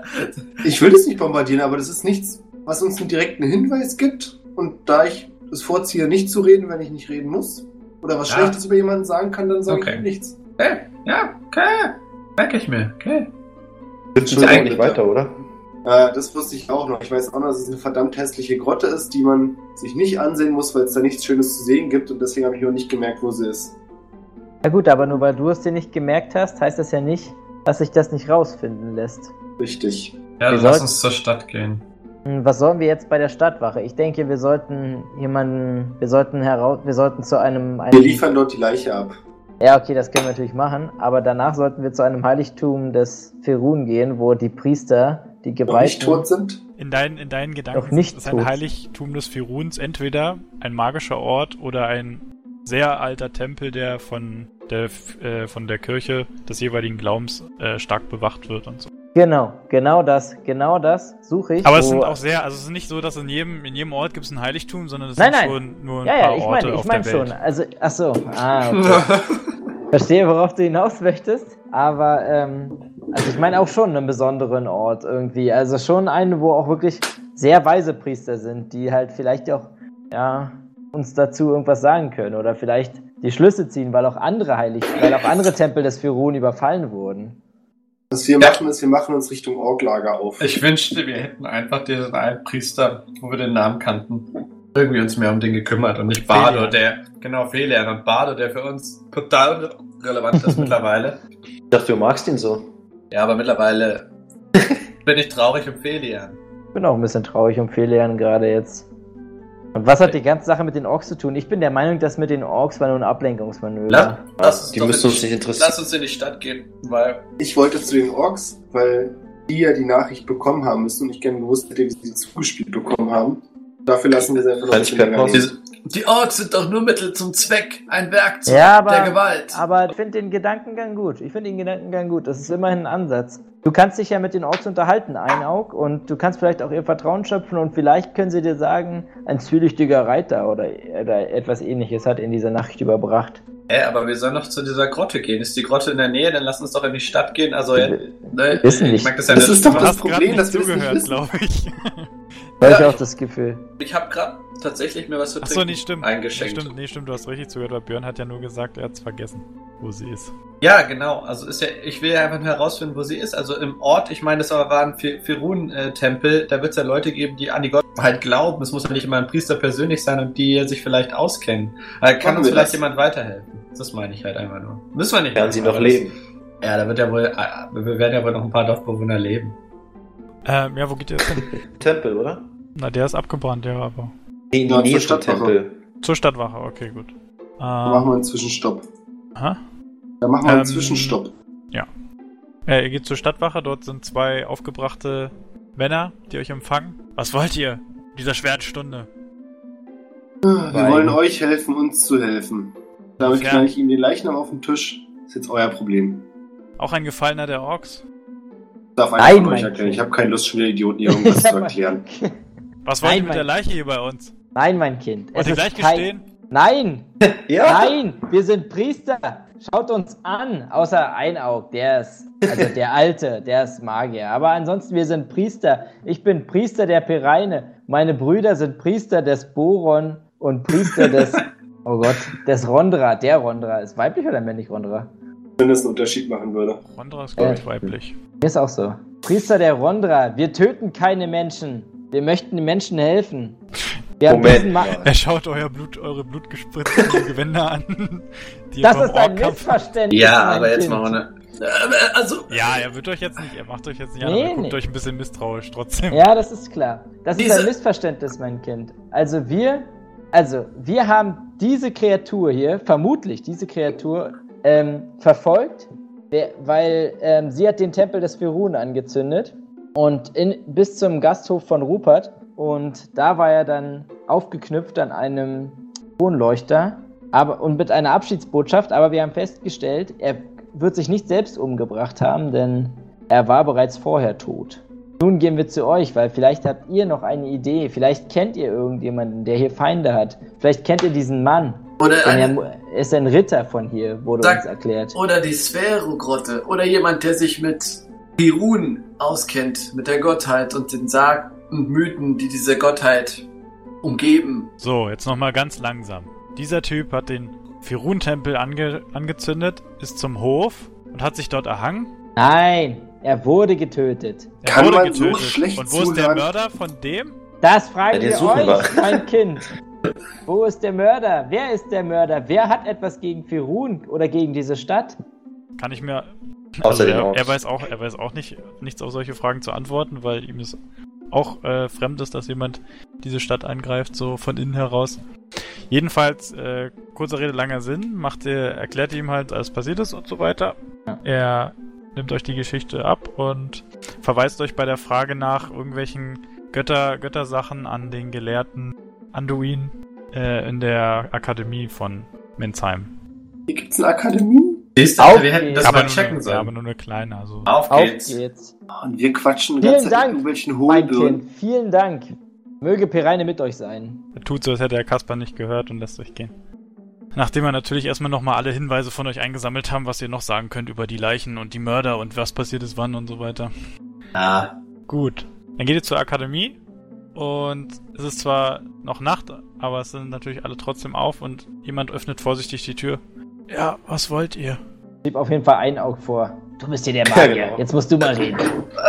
Ich will es nicht bombardieren, aber das ist nichts, was uns einen direkten Hinweis gibt. Und da ich es vorziehe, nicht zu reden, wenn ich nicht reden muss, oder was Ja. Schlechtes über jemanden sagen kann, dann sage Okay. ich nichts. Okay, ja, okay. Merke ich mir, okay. Hilft uns auch nicht weiter, oder? Äh, das wusste ich auch noch. Ich weiß auch noch, dass es eine verdammt hässliche Grotte ist, die man sich nicht ansehen muss, weil es da nichts Schönes zu sehen gibt. Und deswegen habe ich noch nicht gemerkt, wo sie ist. Ja gut, aber nur weil du es dir nicht gemerkt hast, heißt das ja nicht, dass sich das nicht rausfinden lässt. Richtig. Ja, Wir lass sollten- uns zur Stadt gehen. Hm, Was sollen wir jetzt bei der Stadtwache? Ich denke, wir sollten jemanden, wir sollten heraus, wir sollten zu einem, Wir einem liefern dort die Leiche ab. ja, okay, das können wir natürlich machen, aber danach sollten wir zu einem Heiligtum des Ferun gehen, wo die Priester, die Noch nicht Geweihten, tot sind. In, dein, in deinen Gedanken Noch nicht ist ein tot. Heiligtum des Firuns entweder ein magischer Ort oder ein sehr alter Tempel, der von der, äh, von der Kirche des jeweiligen Glaubens äh, stark bewacht wird und so. Genau, genau das, genau das suche ich. Aber es wo- sind auch sehr, also es ist nicht so, dass in jedem, in jedem Ort gibt es ein Heiligtum, sondern es Nein, sind nein. schon nur ein Ja, paar ja, ich Orte meine, ich auf meine der schon. Welt. Also, ach so, ah, okay. Verstehe, worauf du hinaus möchtest, aber ähm, also ich meine auch schon einen besonderen Ort irgendwie. Also schon einen, wo auch wirklich sehr weise Priester sind, die halt vielleicht auch ja, uns dazu irgendwas sagen können oder vielleicht die Schlüsse ziehen, weil auch andere Heilig, weil auch andere Tempel des Firun überfallen wurden. Was wir Ja. machen, ist, wir machen uns Richtung Orklager auf. Ich wünschte, wir hätten einfach diesen einen Priester, wo wir den Namen kannten, irgendwie uns mehr um den gekümmert und nicht Bardo, Felian. der, genau, Felian und Bardo, der für uns total relevant ist mittlerweile. Ich dachte, du magst ihn so. Ja, aber mittlerweile bin ich traurig um Felian. Ich bin auch ein bisschen traurig um Felian gerade jetzt. Und was hat die ganze Sache mit den Orks zu tun? Ich bin der Meinung, dass mit den Orks war nur ein Ablenkungsmanöver. La lass uns Die doch müssen in uns nicht interessieren. Lass uns in die Stadt gehen, weil Ich wollte zu den Orks, weil die ja die Nachricht bekommen haben müssen und ich gerne gewusst hätte, wie sie sie zugespielt bekommen haben. Dafür lassen wir sie einfach noch Kann ein ich bisschen per länger Post- leben. die Orks sind doch nur Mittel zum Zweck, ein Werkzeug Ja, aber, der Gewalt. aber ich finde den Gedankengang gut. Ich finde den Gedankengang gut. Das ist immerhin ein Ansatz. Du kannst dich ja mit den Orks unterhalten, ein Aug, und du kannst vielleicht auch ihr Vertrauen schöpfen und vielleicht können sie dir sagen, ein zwielichtiger Reiter oder, oder etwas ähnliches hat in dieser Nacht überbracht. Hä, aber wir sollen noch zu dieser Grotte gehen. Ist die Grotte in der Nähe? Dann lass uns doch in die Stadt gehen. Also, Wir- äh, ne, wissen ich nicht. mag das ja Das nicht. ist doch Du das hast gerade Problem, nicht dass wir das nicht zugehört, wissen. glaube ich. Habe Ja, ich auch ich- das Gefühl. Ich habe gerade tatsächlich mir was zu Achso, trinken nee, stimmt. eingeschenkt. Nee, stimmt. Nee, stimmt, du hast richtig zugehört, weil Björn hat ja nur gesagt, er hat's vergessen, wo sie ist. Ja, genau. Also ist ja, ich will ja einfach nur herausfinden, wo sie ist. Also im Ort, ich meine, das war ein Firun-Tempel, da wird es ja Leute geben, die an die Gott halt glauben. Es muss ja nicht immer ein Priester persönlich sein und die sich vielleicht auskennen. Aber kann Machen uns wir vielleicht das. jemand weiterhelfen? Das meine ich halt einfach nur. Müssen wir nicht. Werden sie machen, noch aber das- leben? Ja, da wird ja wohl, äh, wir werden ja wohl noch ein paar Dorfbewohner leben. Ähm, ja, wo geht ihr jetzt hin? Tempel, oder? Na, der ist abgebrannt, ja, aber. Nee, in die Ja, Nähe zur vom Stadtwache. Tempel. Zur Stadtwache, okay, gut. Da machen wir Ähm, einen Zwischenstopp. aha. Da machen wir einen Ähm, Zwischenstopp. Äh, ihr geht zur Stadtwache, dort sind zwei aufgebrachte Männer, die euch empfangen. Was wollt ihr? In dieser schweren Stunde. Wir Weil- wollen euch helfen, uns zu helfen. Damit Inwiefern? knall ich ihm den Leichnam auf den Tisch. Ist jetzt euer Problem. Auch ein Gefallener der Orks? Darf einer Nein, von euch mein erklären. Kind. Ich habe keine Lust, schon wieder Idioten hier irgendwas zu erklären. Was wollt Nein, ihr mit mein- der Leiche hier bei uns? Nein, mein Kind. Wollt ihr ist gleich kein- gestehen? Nein! Ja! Nein! Wir sind Priester! Schaut uns an! Außer Einaug, der ist, also der Alte, der ist Magier. Aber ansonsten, wir sind Priester. Ich bin Priester der Pereine. Meine Brüder sind Priester des Boron und Priester des, oh Gott, des Rondra. Der Rondra. Ist weiblich oder männlich Rondra? Wenn das einen Unterschied machen würde. Rondra ist, glaube ich, Äh. weiblich. Mir ist auch so. Priester der Rondra. Wir töten keine Menschen. Wir möchten den Menschen helfen. Wir haben Moment diesen Ma- mal. Er schaut euer Blut, eure blutgespritzten Gewänder an. Die ihr Das vom ist ein Orkkampf- Missverständnis. Ja, mein aber jetzt Kind. machen wir eine. Äh, Also, Ja, er wird euch jetzt nicht, er macht euch jetzt nicht an, Nee, aber er guckt nee. euch ein bisschen misstrauisch trotzdem. Ja, das ist klar. Das ist Diese- ein Missverständnis, mein Kind. Also wir, also wir haben diese Kreatur hier, vermutlich diese Kreatur, ähm, verfolgt, wer- weil ähm, sie hat den Tempel des Firun angezündet und in, bis zum Gasthof von Rupert, und da war er dann aufgeknüpft an einem Kronleuchter, aber und mit einer Abschiedsbotschaft, aber wir haben festgestellt, er wird sich nicht selbst umgebracht haben, denn er war bereits vorher tot. Nun gehen wir zu euch, weil vielleicht habt ihr noch eine Idee, vielleicht kennt ihr irgendjemanden, der hier Feinde hat, vielleicht kennt ihr diesen Mann, Oder, Denn eine, er ist ein Ritter von hier, wurde Sag- uns erklärt. oder die Sphäro-Grotte. Oder jemand, der sich mit Pirun auskennt, mit der Gottheit und den Sagen und Mythen, die diese Gottheit umgeben. So, jetzt nochmal ganz langsam. Dieser Typ hat den Firun-Tempel ange angezündet, ist zum Hof und hat sich dort erhangen. Nein, er wurde getötet. Er Kann wurde man so getötet. schlecht Und wo ist der zuhören? Mörder von dem? Das fragen Ja, den wir suchen euch, wir. mein Kind. Wo ist der Mörder? Wer ist der Mörder? Wer hat etwas gegen Firun oder gegen diese Stadt? Kann ich mir... Außer Also den er, Orks. er weiß auch, er weiß auch nicht, nichts auf solche Fragen zu antworten, weil ihm es auch äh, fremd ist, dass jemand diese Stadt angreift, so von innen heraus. Jedenfalls, äh, kurzer Rede, langer Sinn, macht er, erklärt ihm halt, alles passiert ist und so weiter. Ja. Er nimmt euch die Geschichte ab und verweist euch bei der Frage nach irgendwelchen Götter, Göttersachen an den Gelehrten Anduin äh, in der Akademie von Menzheim. Hier gibt's eine Akademie? Siehst du, Auf wir hätten das aber, mal nur checken eine, ja, sollen. aber nur eine kleine, also... Auf Auf geht's. geht's. Und wir quatschen Vielen ganz Zeit Dank, mit irgendwelchen Mein Hohlbirnen. Kind, vielen Dank. Möge Pereine mit euch sein. Er tut so, als hätte er Kaspar nicht gehört und lässt euch gehen. Nachdem wir natürlich erstmal nochmal alle Hinweise von euch eingesammelt haben, was ihr noch sagen könnt über die Leichen und die Mörder und was passiert ist, wann und so weiter. Ja. Gut. Dann geht ihr zur Akademie und es ist zwar noch Nacht, aber es sind natürlich alle trotzdem auf und jemand öffnet vorsichtig die Tür. Ja, was wollt ihr? Schieb auf jeden Fall ein Auge vor. Du bist hier der Magier. Ja, genau. Jetzt musst du mal reden.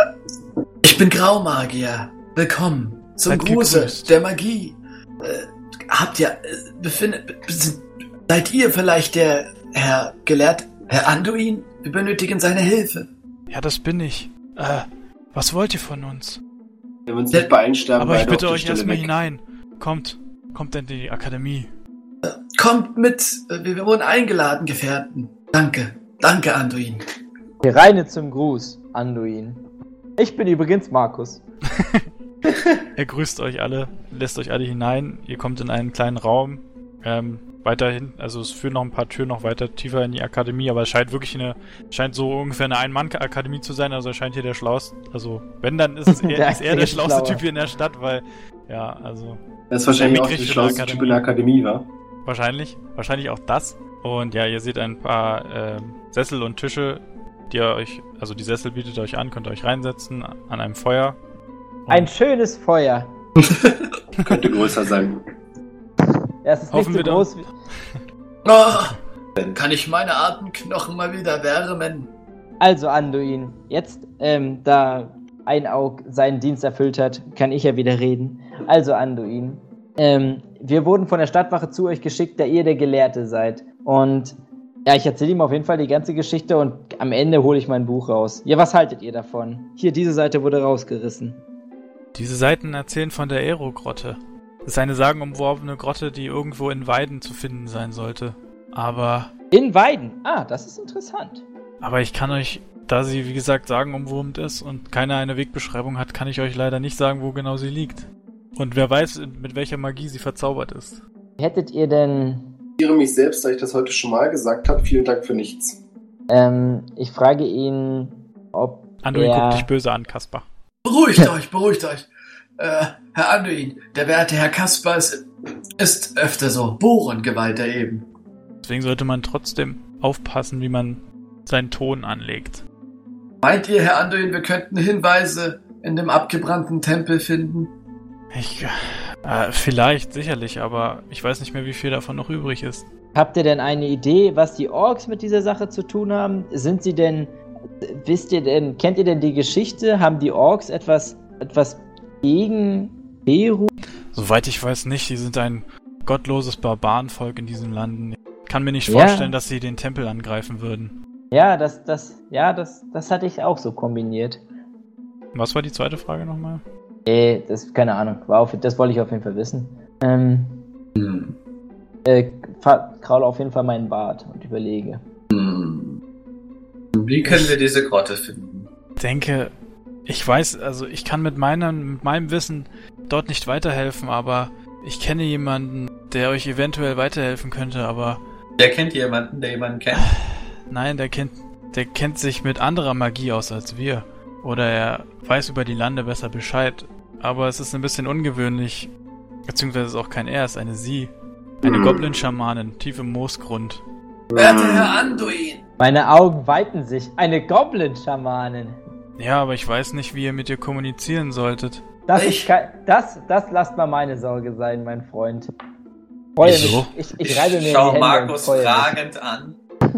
Ich bin Graumagier. Willkommen zum Seid Gruße gegrüßt. der Magie. Äh, habt ihr, äh, befindet, be- sind- seid ihr vielleicht der Herr Gelehrt, Herr Anduin? Wir benötigen seine Hilfe. Ja, das bin ich. Äh, was wollt ihr von uns? Wenn wir uns nicht beeilen, sterben Aber ich beide bitte auf der euch Stelle erstmal weg. hinein. Kommt, kommt in die Akademie. Kommt mit, äh, wir wir wurden eingeladen, Gefährten. Danke, danke Anduin. Pereine zum Gruß, Anduin. Ich bin übrigens Markus. Er grüßt euch alle, lässt euch alle hinein. Ihr kommt in einen kleinen Raum. Ähm, weiterhin, also es führen noch ein paar Türen noch weiter tiefer in die Akademie, aber es scheint wirklich eine, scheint so ungefähr eine Ein-Mann-Akademie zu sein, also er scheint hier der schlauste, also wenn, dann ist es eher, Der ist er der einzige schlauste Schlaue. Typ hier in der Stadt, weil, ja, also Das ist wahrscheinlich Der auch der mickrig schlauste in der Typ in der Akademie, war. wahrscheinlich, wahrscheinlich auch das. Und ja, ihr seht ein paar ähm, Sessel und Tische, die ihr euch, also die Sessel bietet ihr euch an, könnt ihr euch reinsetzen an einem Feuer. Und Ein schönes Feuer. Könnte größer sein. Ja, es ist Hoffen nicht wir so dann. groß wie... Oh, kann ich meine Atemknochen mal wieder wärmen? Also, Anduin, jetzt, ähm, da ein Aug seinen Dienst erfüllt hat, kann ich ja wieder reden. Also, Anduin, ähm, wir wurden von der Stadtwache zu euch geschickt, da ihr der Gelehrte seid. Und ja, ich erzähle ihm auf jeden Fall die ganze Geschichte und am Ende hole ich mein Buch raus. Ja, was haltet ihr davon? Hier, diese Seite wurde rausgerissen. Diese Seiten erzählen von der Aero-Grotte. Das ist eine sagenumwobene Grotte, die irgendwo in Weiden zu finden sein sollte. Aber, In Weiden. Ah, das ist interessant. aber ich kann euch, da sie wie gesagt sagenumwobend ist und keiner eine Wegbeschreibung hat, kann ich euch leider nicht sagen, wo genau sie liegt. Und wer weiß, mit welcher Magie sie verzaubert ist. Hättet ihr denn... Ich irre mich selbst, da ich das heute schon mal gesagt habe. Vielen Dank für nichts. Ähm, ich frage ihn, ob Anduin er... guckt dich böse an, Kaspar. Beruhigt euch, beruhigt euch. Äh, Herr Anduin, der werte Herr Kaspar ist, ist öfter so Bohrengeweihter eben. Deswegen sollte man trotzdem aufpassen, wie man seinen Ton anlegt. Meint ihr, Herr Anduin, wir könnten Hinweise in dem abgebrannten Tempel finden? Ich, äh, vielleicht, sicherlich, aber ich weiß nicht mehr, wie viel davon noch übrig ist. Habt ihr denn eine Idee, was die Orks mit dieser Sache zu tun haben? Sind sie denn, wisst ihr denn, kennt ihr denn die Geschichte? Haben die Orks etwas, etwas gegen Beru? Soweit ich weiß nicht, die sind ein gottloses Barbarenvolk in diesen Landen. Ich kann mir nicht Ja. vorstellen, dass sie den Tempel angreifen würden. Ja, das, das, ja, das, das hatte ich auch so kombiniert. Was war die zweite Frage nochmal? Äh, das, keine Ahnung, war auf, das wollte ich auf jeden Fall wissen. Ähm, Hm. äh, fa- kraule auf jeden Fall meinen Bart und überlege. Hm. Wie können wir diese Grotte finden? Ich denke, ich weiß, also ich kann mit meinem, mit meinem Wissen dort nicht weiterhelfen, aber ich kenne jemanden, der euch eventuell weiterhelfen könnte, aber Der kennt jemanden, der jemanden kennt. nein, der kennt, der kennt sich mit anderer Magie aus als wir. Oder er weiß über die Lande besser Bescheid. Aber es ist ein bisschen ungewöhnlich, beziehungsweise es ist auch kein er, es ist eine sie. Eine Hm. Goblin-Schamanin, tief im Moosgrund. Werte Herr Anduin! Meine Augen weiten sich. Eine Goblin-Schamanin. Ja, aber ich weiß nicht, wie ihr mit ihr kommunizieren solltet. Das Ich- ist kein, das, das lasst mal meine Sorge sein, mein Freund. Freue Wieso? mich. Ich, ich reibe mir Ich in schau die Hände Markus und freue mich. fragend an.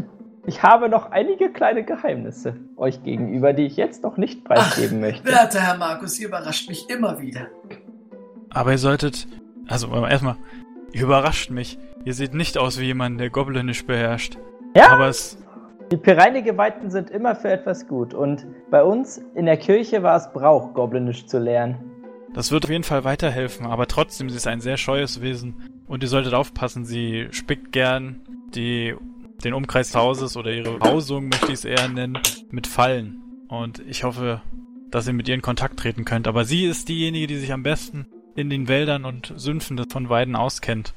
Ich habe noch einige kleine Geheimnisse euch gegenüber, die ich jetzt noch nicht preisgeben möchte. Werte Herr Markus, ihr überrascht mich immer wieder. Aber ihr solltet... Also, erstmal, ihr überrascht mich. Ihr seht nicht aus wie jemand, der Goblinisch beherrscht. Ja? Aber es... Die Pireine-Geweihten sind immer für etwas gut. Und bei uns in der Kirche war es Brauch, Goblinisch zu lernen. Das wird auf jeden Fall weiterhelfen, aber trotzdem, sie ist ein sehr scheues Wesen. Und ihr solltet aufpassen, sie spickt gern die, den Umkreis des Hauses oder ihre Hausung, möchte ich es eher nennen, mit Fallen. Und ich hoffe, dass ihr mit ihr in Kontakt treten könnt. Aber sie ist diejenige, die sich am besten in den Wäldern und Sümpfen von Weiden auskennt.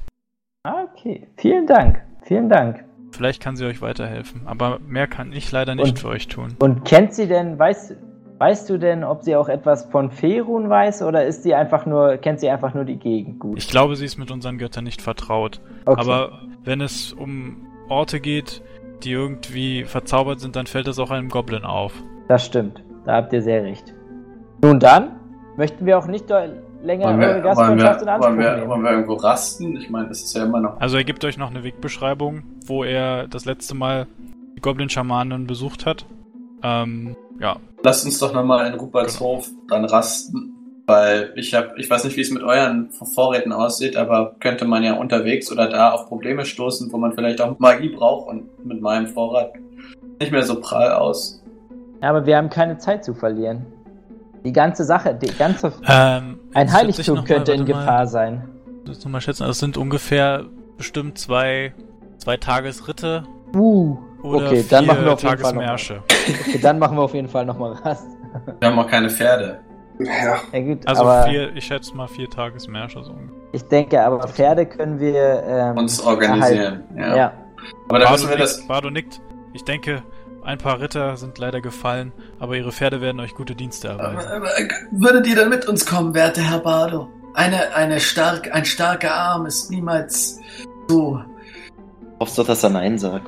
Okay, vielen Dank. Vielen Dank. Vielleicht kann sie euch weiterhelfen, aber mehr kann ich leider nicht Und- für euch tun. Und kennt sie denn, weißt, weißt du denn, ob sie auch etwas von Ferun weiß oder ist sie einfach nur, kennt sie einfach nur die Gegend gut? Ich glaube, sie ist mit unseren Göttern nicht vertraut. Okay. Aber wenn es um Orte geht, die irgendwie verzaubert sind, dann fällt es auch einem Goblin auf. Das stimmt, da habt ihr sehr recht. Nun dann, möchten wir auch nicht do- länger Wollen eure wir, wollen, Gastfreundschaft in wir, Anspruch wollen, wir, nehmen. wollen wir irgendwo rasten? Ich meine, es ist ja immer noch... Also er gibt euch noch eine Wegbeschreibung, wo er das letzte Mal die Goblin-Schamanen besucht hat. Ähm, ja. Lasst uns doch nochmal in Rupertshof dann rasten, weil ich habe, ich weiß nicht, wie es mit euren Vorräten aussieht, aber könnte man ja unterwegs oder da auf Probleme stoßen, wo man vielleicht auch Magie braucht und mit meinem Vorrat nicht mehr so prall aus. Ja, aber wir haben keine Zeit zu verlieren. Die ganze Sache, die ganze... Ähm, Ein jetzt schätze ich Heiligtum noch mal, könnte in warte mal, Gefahr sein. Das noch mal schätzen. Also es sind ungefähr bestimmt zwei, zwei Tagesritte Uh, oder okay, vier dann machen wir auf jeden Fall noch mal. Tagesmärsche. Okay, dann machen wir auf jeden Fall nochmal Rast. Wir haben auch keine Pferde. Ja. Ja gut, Also aber vier, ich schätze mal vier Tagesmärsche. So. ich denke, aber Pferde können wir ähm, Uns organisieren. erhalten. Ja. Ja. Aber dann Bardo müssen wir das. nickt, Bardo nickt. Ich denke, ein paar Ritter sind leider gefallen, aber ihre Pferde werden euch gute Dienste erweisen. Würdet ihr dann mit uns kommen, werte Herr Bardo? Eine, eine stark, ein starker Arm ist niemals so. Hoffst doch, dass er Nein sagt.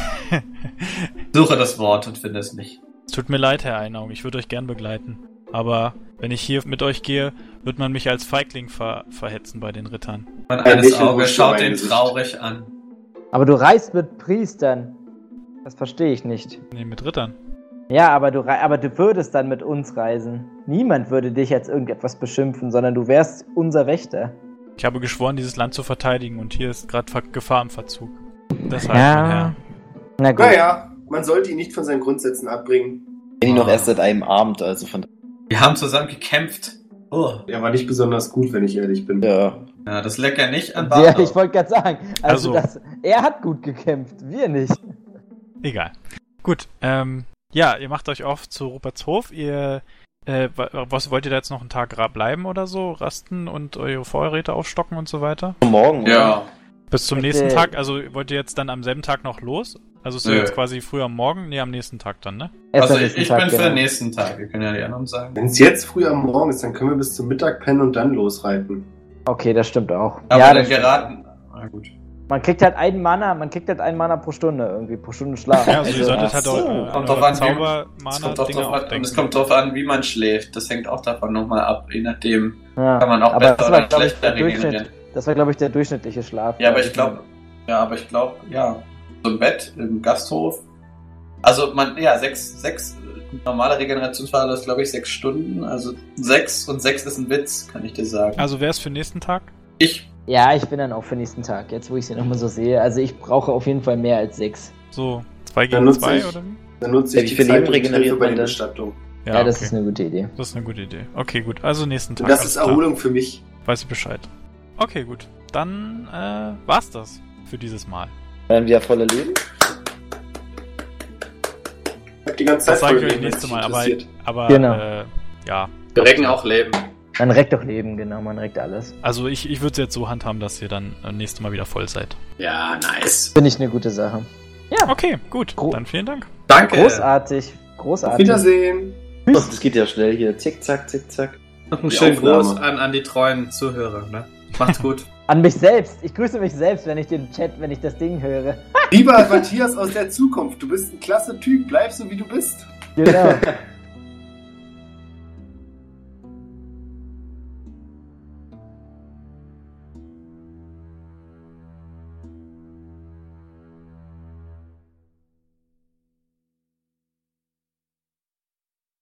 Suche das Wort und finde es nicht. Es tut mir leid, Herr Einaugen, ich würde euch gern begleiten. Aber wenn ich hier mit euch gehe, wird man mich als Feigling ver verhetzen bei den Rittern. Mein Ein eines Lächeln Auge huscht schaut über mein ihn Gesicht. traurig an. Aber du reist mit Priestern. Das verstehe ich nicht. Nee, mit Rittern. Ja, aber du, rei- aber du würdest dann mit uns reisen. Niemand würde dich als irgendetwas beschimpfen, sondern du wärst unser Wächter. Ich habe geschworen, dieses Land zu verteidigen und hier ist gerade Ver Gefahr im Verzug. Deshalb, Ja. mein Herr. Na gut. Naja, man sollte ihn nicht von seinen Grundsätzen abbringen. Kenne ihn Ah. noch erst seit einem Abend, also von Wir haben zusammen gekämpft. Oh. Er war nicht besonders gut, wenn ich ehrlich bin. ja. Ja, das leckt ja nicht an Ja, Bardo. ich wollte gerade sagen, also, Also- das, er hat gut gekämpft, wir nicht. Egal. Gut, ähm, ja, ihr macht euch auf zu Rupertshof. Ihr, äh, wa- was, wollt ihr da jetzt noch einen Tag ra- bleiben oder so? Rasten und eure Vorräte aufstocken und so weiter? Morgen, oder? Ja. Bis zum Äh, nächsten Tag? Also wollt ihr jetzt dann am selben Tag noch los? Also ist Nö. jetzt quasi früh am Morgen? Nee, am nächsten Tag dann, ne? Erst Also am ich, nächsten ich Tag, bin für genau. den nächsten Tag. Wir können ja die anderen sagen. Wenn es jetzt früh am Morgen ist, dann können wir bis zum Mittag pennen und dann losreiten. Okay, das stimmt auch. Aber ja, dann das stimmt. geraten. Na gut. Man kriegt halt einen Mana, man kriegt halt einen Mana pro Stunde irgendwie, pro Stunde Schlaf. Ja, also ihr solltet halt so. auch äh, Kommt eure drauf an, wie- Es Zauber-Mana-Dinge kommt, auch drauf an, und aufdenken. es kommt drauf an, wie man schläft. Das hängt auch davon nochmal ab. Je nachdem ja. kann man auch Aber besser das war, oder glaub ich, schlechter der regenerieren. Durchschnitt. Das war, glaube ich, der durchschnittliche Schlaf. Ja, aber ich glaube, ja, aber ich glaube, ja, so im Bett, im Gasthof. Also man, ja, sechs, sechs normale Regenerationsphase ist, glaube ich, sechs Stunden. Also sechs und sechs ist ein Witz, kann ich dir sagen. Also wer ist für den nächsten Tag? Ich, Ja, ich bin dann auch für nächsten Tag, jetzt wo ich sie nochmal so sehe. Also ich brauche auf jeden Fall mehr als sechs. So, zwei Dann gegen nutze zwei ich- oder wie? Dann nutze Ja, ich wie die viel Zeit Leben und regeneriert helfe bei man der denn? Bestattung. Ja, das okay. ist eine gute Idee. Das ist eine gute Idee. Okay, gut. Also nächsten Tag. Und das alles ist klar. Erholung für mich. Weiß ich Bescheid. Okay, gut. Dann äh, war's das für dieses Mal. Werden wir volle Leben? Ich hab die ganze Zeit Das sage ich voll euch Leben, nächste wenn Mal, es aber, interessiert. aber Genau. äh, ja. wir recken auch Leben. Man reckt doch Leben, genau, man reckt alles. Also ich, ich würde es jetzt so handhaben, dass ihr dann äh, nächste Mal wieder voll seid. Ja, nice. Finde ich eine gute Sache. Okay, gut. Gro- Dann vielen Dank. Danke. Großartig, Auf großartig. Wiedersehen. Das geht ja schnell hier. Zick, zack, zick, zack. Noch einen Die schönen Aufnahme. Gruß an, an die treuen Zuhörer. Ne? Macht's gut. An mich selbst. Ich grüße mich selbst, wenn ich den Chat, wenn ich das Ding höre. Lieber Matthias aus der Zukunft, du bist ein klasse Typ, bleib so wie du bist. Genau.